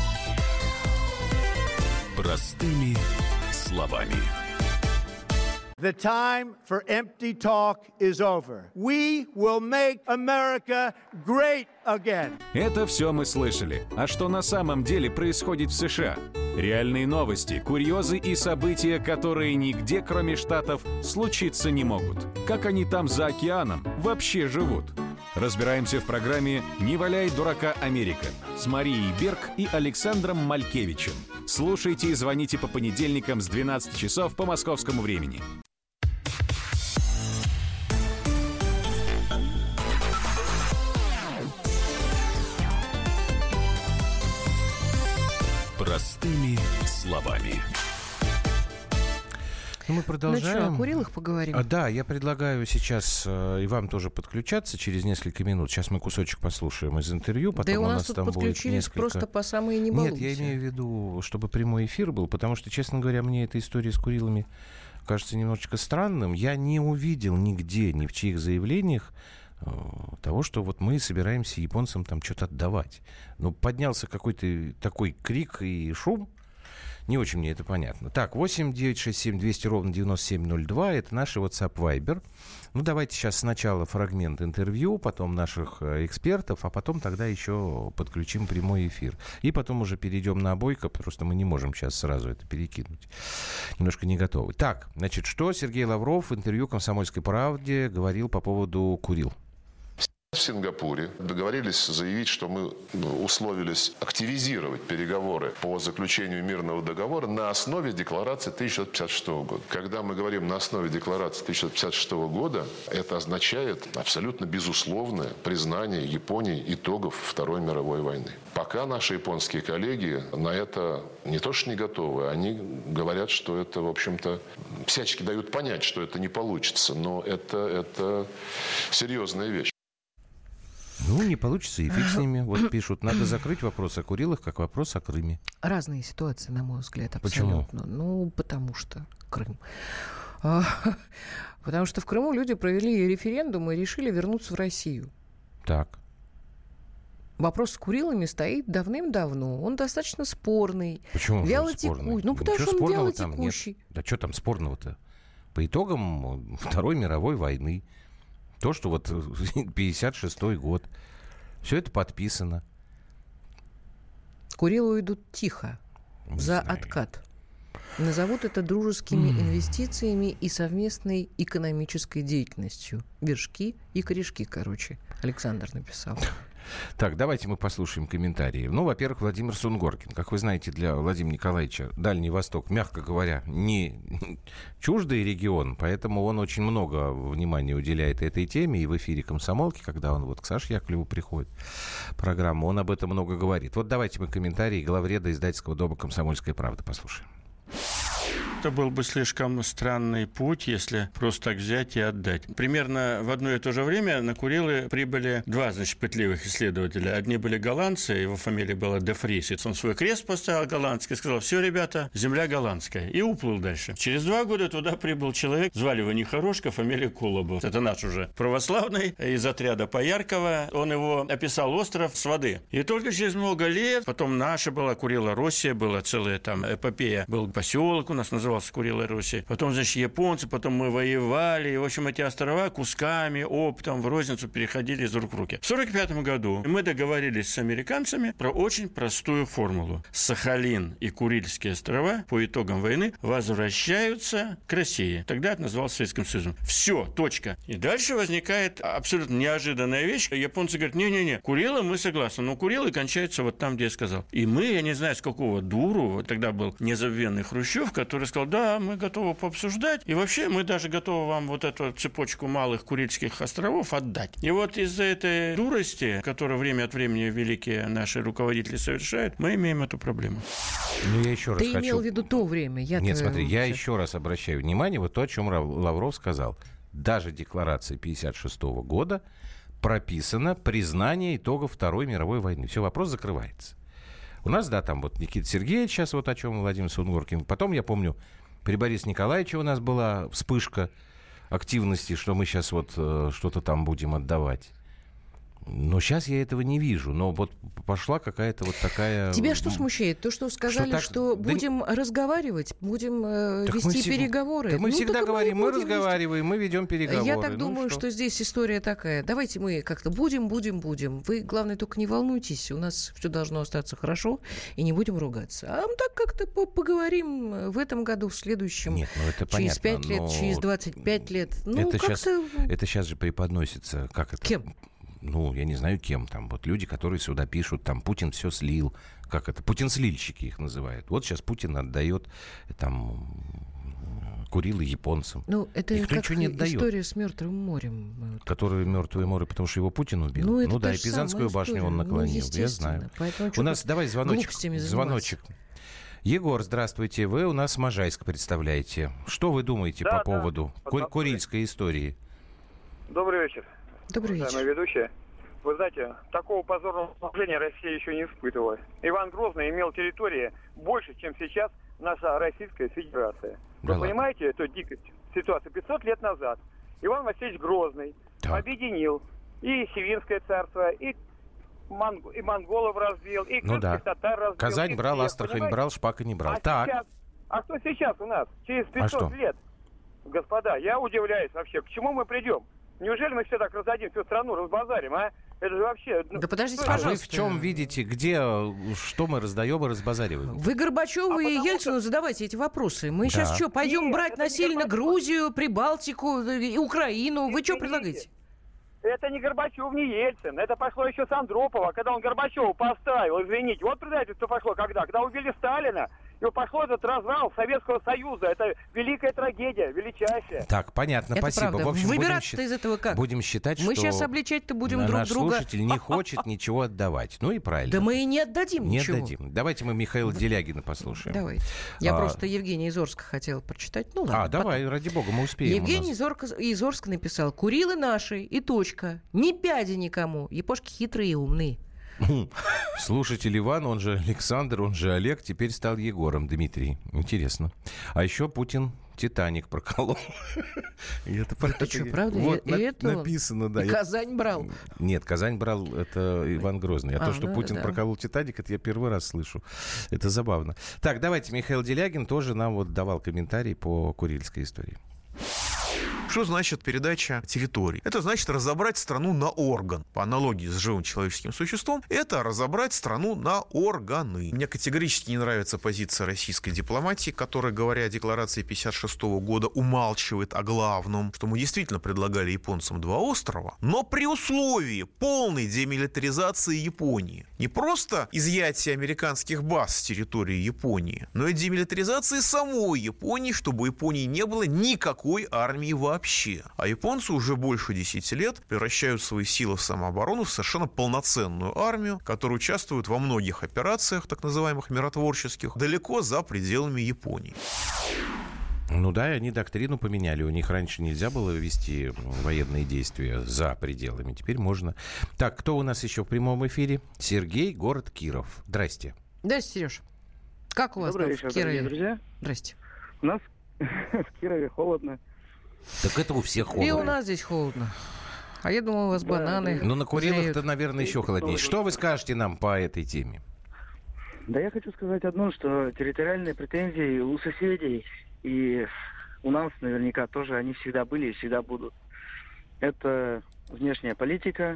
Простыми словами. The time for empty talk is over. We will make America great again. Это все мы слышали. А что на самом деле происходит в США? Реальные новости, курьезы и события, которые нигде, кроме Штатов, случиться не могут. Как они там за океаном вообще живут? Разбираемся в программе «Не валяй дурака, Америка» с Марией Берг и Александром Малькевичем. Слушайте и звоните по понедельникам с 12 часов по московскому времени. Простыми словами. Мы продолжаем. Ну что, о Курилах поговорим? Да, я предлагаю сейчас и вам тоже подключаться через несколько минут. Сейчас мы кусочек послушаем из интервью, потом да у нас нас тут там подключились будет несколько... просто по самые не балуйся. Нет, я имею в виду, чтобы прямой эфир был, потому что, честно говоря, мне эта история с Курилами кажется немножечко странным. Я не увидел нигде, ни в чьих заявлениях того, что вот мы собираемся японцам там что-то отдавать. Ну, поднялся какой-то такой крик и шум. Не очень мне это понятно. Так, 8-967-200-97-02. Это наш WhatsApp Viber. Ну, давайте сейчас сначала фрагмент интервью, потом наших экспертов, а потом тогда еще подключим прямой эфир. И потом уже перейдем на Бойко, просто мы не можем сейчас сразу это перекинуть. Немножко не готовы. Так, значит, что Сергей Лавров в интервью «Комсомольской правде» говорил по поводу Курил? В Сингапуре договорились заявить, что мы условились активизировать переговоры по заключению мирного договора на основе декларации 1956 года. Когда мы говорим на основе декларации 1956 года, это означает абсолютно безусловное признание Японии итогов Второй мировой войны. Пока наши японские коллеги на это не то что не готовы, они говорят, что это, в общем-то, всячески дают понять, что это не получится, но это серьезная вещь. Ну, не получится, и фиг с ними. Вот пишут, надо закрыть вопрос о Курилах, как вопрос о Крыме. Разные ситуации, на мой взгляд, абсолютно. Почему? Ну, потому что Крым. Потому что в Крыму люди провели референдум и решили вернуться в Россию. Так. Вопрос с Курилами стоит давным-давно. Он достаточно спорный. Почему вялотекущий. Ну, потому что он вялотекущий. Да что там спорного-то? По итогам Второй мировой войны. То, что вот 56-й год. Все это подписано. Курилы уйдут тихо. За откат. Назовут это дружескими инвестициями и совместной экономической деятельностью. Вершки и корешки, короче. Александр написал. Так, давайте мы послушаем комментарии. Ну, во-первых, Владимир Сунгоркин. Как вы знаете, для Владимира Николаевича Дальний Восток, мягко говоря, не чуждый регион, поэтому он очень много внимания уделяет этой теме. И в эфире «Комсомолки», когда он вот к Саше Яковлеву приходит в программу, он об этом много говорит. Вот давайте мы комментарии главреда издательского дома «Комсомольская правда» послушаем. Это был бы слишком странный путь, если просто так взять и отдать. Примерно в одно и то же время на Курилы прибыли два, пытливых исследователя. Одни были голландцы, его фамилия была де Фрис. Он свой крест поставил голландский, сказал: все, ребята, земля голландская. И уплыл дальше. Через 2 года туда прибыл человек, звали его Нехорошко, фамилия Колобов. Это наш уже православный из отряда Пояркова. Он его описал остров с воды. И только через много лет, потом наша была Курила-Россия, была целая там эпопея. Был поселок у нас, назывался Курила-Россия. Потом, японцы, потом мы воевали. И, в общем, эти острова кусками, оптом в розницу переходили из рук в руки. В 1945 году мы договорились с американцами про очень простую формулу. Сахалин и Курильские острова по итогам войны возвращаются к России. Тогда это называлось Советским Союзом. Все, точка. И дальше возникает абсолютно неожиданная вещь. Японцы говорят: не-не-не, Курилы мы согласны, но Курилы кончаются вот там, где я сказал. И мы, я не знаю, с какого дуру, вот тогда был незабвенный Хрущев, который сказал: да, мы готовы пообсуждать, и вообще мы даже готовы вам вот эту цепочку малых Курильских островов отдать. И вот из-за этой дурости, которую время от времени великие наши руководители совершают, мы имеем эту проблему. Ну, я еще раз Ты имел в виду то время? Нет, смотри, я еще раз обращаю внимание, вот то, о чем Лавров сказал. Даже декларация 1956 года прописано признание итогов Второй мировой войны. Все, вопрос закрывается. У нас, да, там вот Никита Сергеевич, сейчас вот о чем Владимир Сунгоркин. Потом, я помню, при Борисе Николаевиче у нас была вспышка активности, что мы сейчас вот что-то там будем отдавать. Но сейчас я этого не вижу. Но вот пошла какая-то вот такая... Тебя что смущает? То, что сказали, что будем разговаривать, будем вести переговоры. Мы всегда говорим, мы разговариваем, мы ведем переговоры. Я так думаю, что здесь история такая. Давайте мы как-то будем. Вы, главное, только не волнуйтесь. У нас все должно остаться хорошо, и не будем ругаться. А мы так как-то поговорим в этом году, в следующем. Нет, это через понятно, 5 лет, через 25 лет. Это сейчас же преподносится. Как это? Кем? Ну, я не знаю, кем там. Вот люди, которые сюда пишут, там, Путин все слил. Как это? Путин-слильщики их называют. Вот сейчас Путин отдает там Курилы японцам. Ну, это никто как ничего не отдает. История с Мертвым морем. Которое Мертвое море, потому что его Путин убил. Ну да, и Пизанскую башню он наклонил. Я знаю. У нас, давай, звоночек. Егор, здравствуйте. Вы у нас Можайск представляете. Что вы думаете по поводу Курильской истории? Добрый вечер. Добрый вечер. Уважаемые ведущие. Вы знаете, такого позорного положения Россия еще не испытывала. Иван Грозный имел территории больше, чем сейчас наша Российская Федерация. Вы понимаете эту дикость ситуации? 500 лет назад Иван Васильевич Грозный объединил и Севинское царство, и монголов разбил, и крымских татар разбил. Казань брал, Астрахань брал, Шпака не брал. А что сейчас у нас? Через 500 лет? Господа, я удивляюсь вообще, к чему мы придем? Неужели мы все так раздадим всю страну, разбазарим, а? Это же вообще... Да подождите, пожалуйста. А вы в чем видите, что мы раздаем и разбазариваем? Вы Горбачеву и Ельцину задавайте эти вопросы. Мы сейчас что, пойдем брать насильно Грузию, Прибалтику и Украину? Вы что предлагаете? Это не Горбачев, не Ельцин. Это пошло еще с Андропова, когда он Горбачеву поставил, извините. Вот предательство пошло когда? Когда убили Сталина. И пошло этот развал Советского Союза. Это великая трагедия, величайшая. Так, понятно, это спасибо. Правда. В общем, выбираться-то из этого как? Будем считать, мы что сейчас обличать-то будем друг друга. Наш слушатель не хочет ничего отдавать. Ну и правильно. Да мы и не отдадим ничего. Не отдадим. Давайте мы Михаила Делягина послушаем. Давайте. Я просто Евгения из Орска хотела прочитать. Ну ладно. Давай, ради бога, мы успеем. Евгений из Орска написал: Курилы наши и точка. Ни пяди никому. Япошки хитрые и умные. Слушатель Иван, он же Александр, он же Олег, теперь стал Егором, Дмитрий. Интересно. А еще Путин «Титаник» проколол. Это что, правда? Вот написано, да. Казань брал? Нет, Казань брал, это Иван Грозный. А то, что Путин проколол «Титаник», это я первый раз слышу. Это забавно. Так, давайте, Михаил Делягин тоже нам вот давал комментарий по Курильской истории. Что значит передача территорий? Это значит разобрать страну на орган. По аналогии с живым человеческим существом, это разобрать страну на органы. Мне категорически не нравится позиция российской дипломатии, которая, говоря о декларации 1956 года, умалчивает о главном, что мы действительно предлагали японцам 2 острова, но при условии полной демилитаризации Японии. Не просто изъятие американских баз с территории Японии, но и демилитаризации самой Японии, чтобы у Японии не было никакой армии вообще. А японцы уже больше 10 лет превращают свои силы в самооборону в совершенно полноценную армию, которая участвует во многих операциях, так называемых миротворческих, далеко за пределами Японии. Ну да, и они доктрину поменяли. У них раньше нельзя было вести военные действия за пределами. Теперь можно. Так, кто у нас еще в прямом эфире? Сергей, город Киров. Здрасте. Здрасте, Сереж. Как у вас Добрый вечер, в Кирове? Друзья. Здрасте. У нас в Кирове холодно. Так это у всех холодно. И у нас здесь холодно. А я думал, у вас бананы. Ну, на Курилах-то, наверное, еще холоднее. Что вы скажете нам по этой теме? Да я хочу сказать одно, что территориальные претензии у соседей и у нас наверняка тоже они всегда были и всегда будут. Это внешняя политика,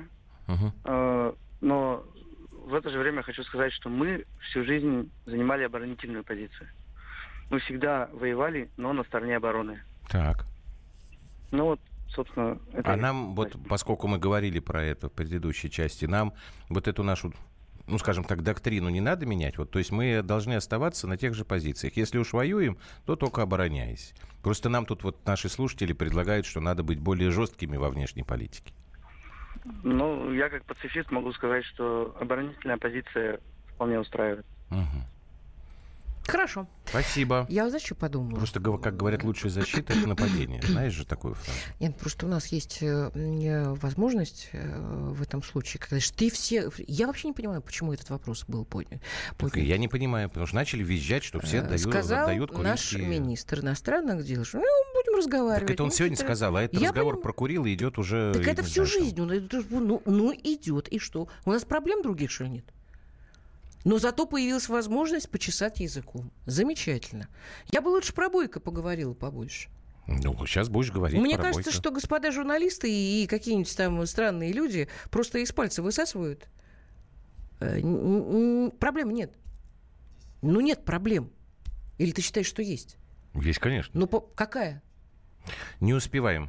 но в это же время хочу сказать, что мы всю жизнь занимали оборонительную позицию. Мы всегда воевали, но на стороне обороны. Так. Ну вот, собственно... Это нам, вот, поскольку мы говорили про это в предыдущей части, нам вот эту нашу, ну, скажем так, доктрину не надо менять. Вот, то есть мы должны оставаться на тех же позициях. Если уж воюем, то только обороняясь. Просто нам тут вот наши слушатели предлагают, что надо быть более жесткими во внешней политике. Ну, я как пацифист могу сказать, что оборонительная позиция вполне устраивает. Хорошо. Спасибо. Я, знаешь, что подумала? Просто, как говорят, лучшая защита — это нападение. Знаешь же такую фразу? Нет, просто у нас есть возможность в этом случае, когда ты все... Я вообще не понимаю, почему этот вопрос был поднят. Я не понимаю, потому что начали визжать, что все отдают курильские... наш министр иностранных дел, что будем разговаривать. Так это он сегодня сказал, а этот разговор про Курилы идет уже... Так это всю жизнь. Идет. И что? У нас проблем других, что ли, нет? Но зато появилась возможность почесать языком. Замечательно. Я бы лучше про Бойко поговорила побольше. Ну, сейчас будешь говорить Мне про кажется, Бойко. что господа журналисты и какие-нибудь там странные люди просто из пальца высасывают. Проблем нет. Ну, нет проблем. Или ты считаешь, что есть? Есть, конечно. Ну, какая? Не успеваем.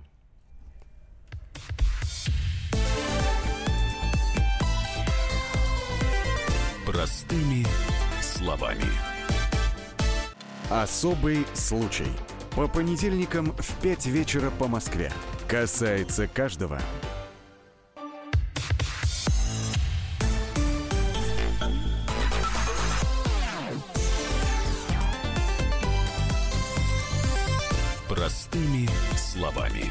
Простыми словами. Особый случай. По понедельникам в 5 вечера по Москве. Касается каждого. Простыми словами.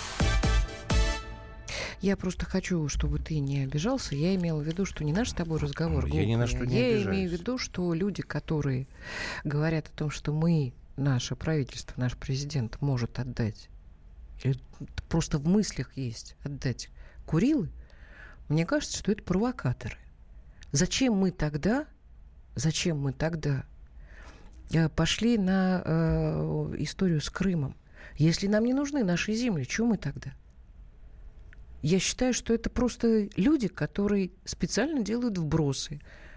Я просто хочу, чтобы ты не обижался. Я имела в виду, что не наш с тобой разговор глупый. Я ни на что не обижаюсь. Я имею в виду, что люди, которые говорят о том, что мы, наше правительство, наш президент может отдать, или просто в мыслях есть отдать Курилы, мне кажется, что это провокаторы. Зачем мы тогда пошли на историю с Крымом? Если нам не нужны наши земли, чего мы тогда? Я считаю, что это просто люди, которые специально делают вбросы,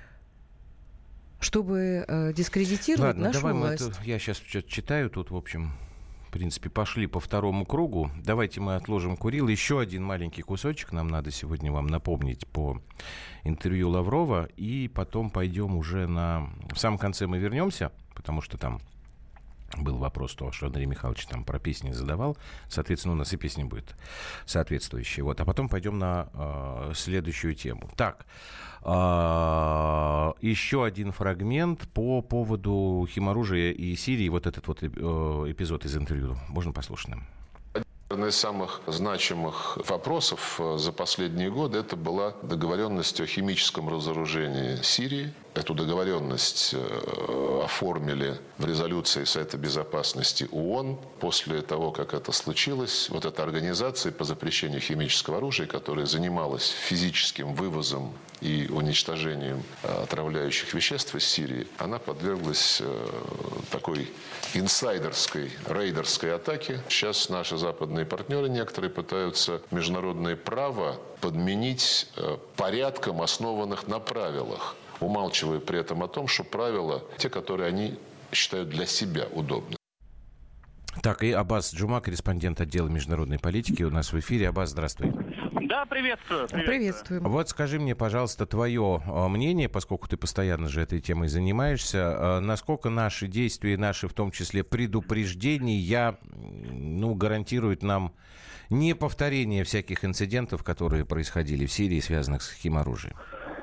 чтобы дискредитировать нашу власть. Я сейчас читаю тут, в общем, в принципе, пошли по второму кругу. Давайте мы отложим Курил. Еще один маленький кусочек нам надо сегодня вам напомнить по интервью Лаврова. И потом пойдем уже в самом конце мы вернемся, потому что там был вопрос, что Андрей Михайлович там про песни задавал. Соответственно, у нас и песня будет соответствующая. Вот. А потом пойдем на следующую тему. Так, еще один фрагмент по поводу химоружия и Сирии. Вот этот вот эпизод из интервью. Можно послушать нам? Один из самых значимых вопросов за последние годы это была договоренность о химическом разоружении Сирии. Эту договоренность оформили в резолюции Совета Безопасности ООН. После того, как это случилось, вот эта организация по запрещению химического оружия, которая занималась физическим вывозом и уничтожением отравляющих веществ из Сирии, она подверглась такой инсайдерской, рейдерской атаке. Сейчас наши западные партнеры некоторые пытаются международное право подменить порядком, основанных на правилах, умалчивая при этом о том, что правила те, которые они считают для себя удобными. Так, и Аббас Джума, корреспондент отдела международной политики, у нас в эфире. Аббас, здравствуй. Да, приветствую. Приветствуем. Вот скажи мне, пожалуйста, твое мнение, поскольку ты постоянно же этой темой занимаешься, насколько наши действия, наши в том числе предупреждения, гарантируют нам не повторение всяких инцидентов, которые происходили в Сирии, связанных с химоружием?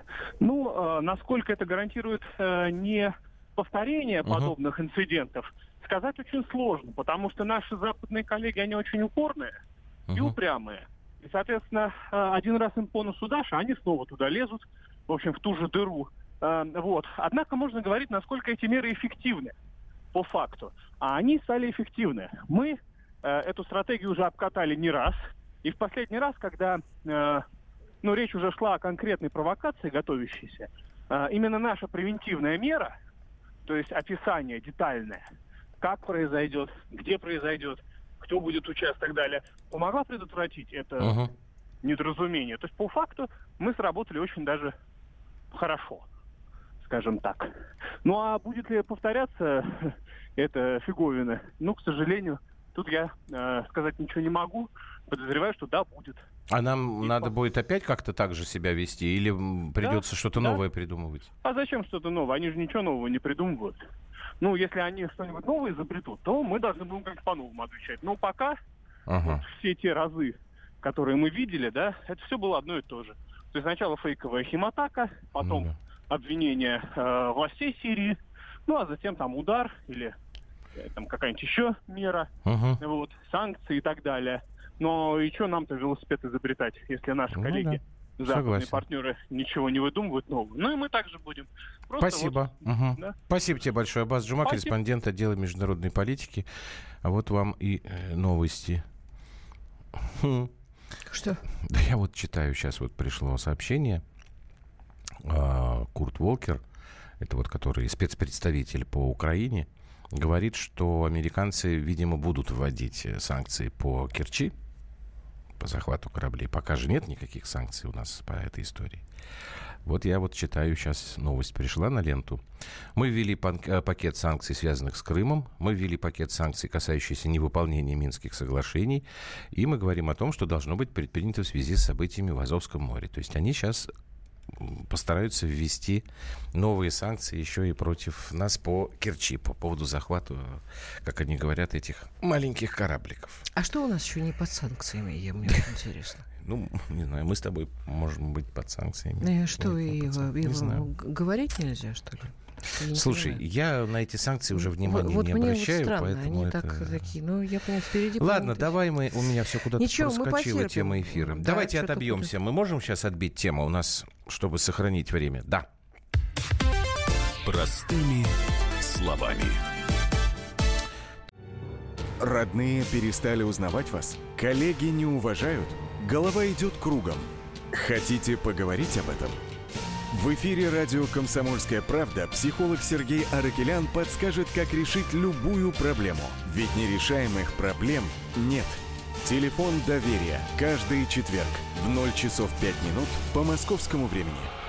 Насколько это гарантирует не повторение подобных инцидентов, сказать очень сложно, потому что наши западные коллеги, они очень упорные и упрямые. И, соответственно, один раз им по носу дашь, а они снова туда лезут, в общем, в ту же дыру. Однако можно говорить, насколько эти меры эффективны по факту. А они стали эффективны. Мы эту стратегию уже обкатали не раз. И в последний раз, когда речь уже шла о конкретной провокации, готовящейся, именно наша превентивная мера, то есть описание детальное, как произойдет, где произойдет, кто будет участвовать и так далее, помогла предотвратить это недоразумение. То есть по факту мы сработали очень даже хорошо, скажем так. Ну а будет ли повторяться эта фиговина? К сожалению, тут я сказать ничего не могу. Подозреваю, что да, будет. А нам надо будет опять как-то так же себя вести? Или придется что-то новое придумывать? А зачем что-то новое? Они же ничего нового не придумывают. Если они что-нибудь новое изобретут, то мы должны будем как-то по-новому отвечать. Но пока все те разы, которые мы видели, да, это все было одно и то же. То есть сначала фейковая химатака, потом обвинение властей Сирии Ну, а затем там удар или там какая-нибудь еще мера, вот, санкции и так далее. Но и что нам-то велосипед изобретать, если наши коллеги, западные партнеры, ничего не выдумывают нового? Ну и мы также будем. Просто спасибо. Вот, да? Спасибо тебе большое. Аббас Джума, корреспондент отдела международной политики. А вот вам и новости. Что? Да я вот читаю, сейчас вот пришло сообщение. Курт Волкер, это вот который спецпредставитель по Украине, говорит, что американцы, видимо, будут вводить санкции по Керчи, по захвату кораблей. Пока же нет никаких санкций у нас по этой истории. Вот я вот читаю, сейчас новость пришла на ленту. Мы ввели пакет санкций, связанных с Крымом. Мы ввели пакет санкций, касающийся невыполнения Минских соглашений. И мы говорим о том, что должно быть предпринято в связи с событиями в Азовском море. То есть они сейчас постараются ввести новые санкции еще и против нас по Керчи, по поводу захвата, как они говорят, этих маленьких корабликов. А что у нас еще не под санкциями, мне интересно? Ну, не знаю, мы с тобой можем быть под санкциями. Что, его говорить нельзя, что ли? Слушай, я на эти санкции уже внимания не обращаю, вот поэтому они это... такие, ну, я понимаю, впереди... Ладно, давай у меня все куда-то проскочила тема эфира. Да, давайте отобьемся. Мы можем сейчас отбить тему у нас, чтобы сохранить время? Да. Простыми словами. Родные перестали узнавать вас? Коллеги не уважают? Голова идет кругом. Хотите поговорить об этом? В эфире радио «Комсомольская правда» психолог Сергей Аракелян подскажет, как решить любую проблему. Ведь нерешаемых проблем нет. Телефон доверия. Каждый четверг в 0 часов 5 минут по московскому времени.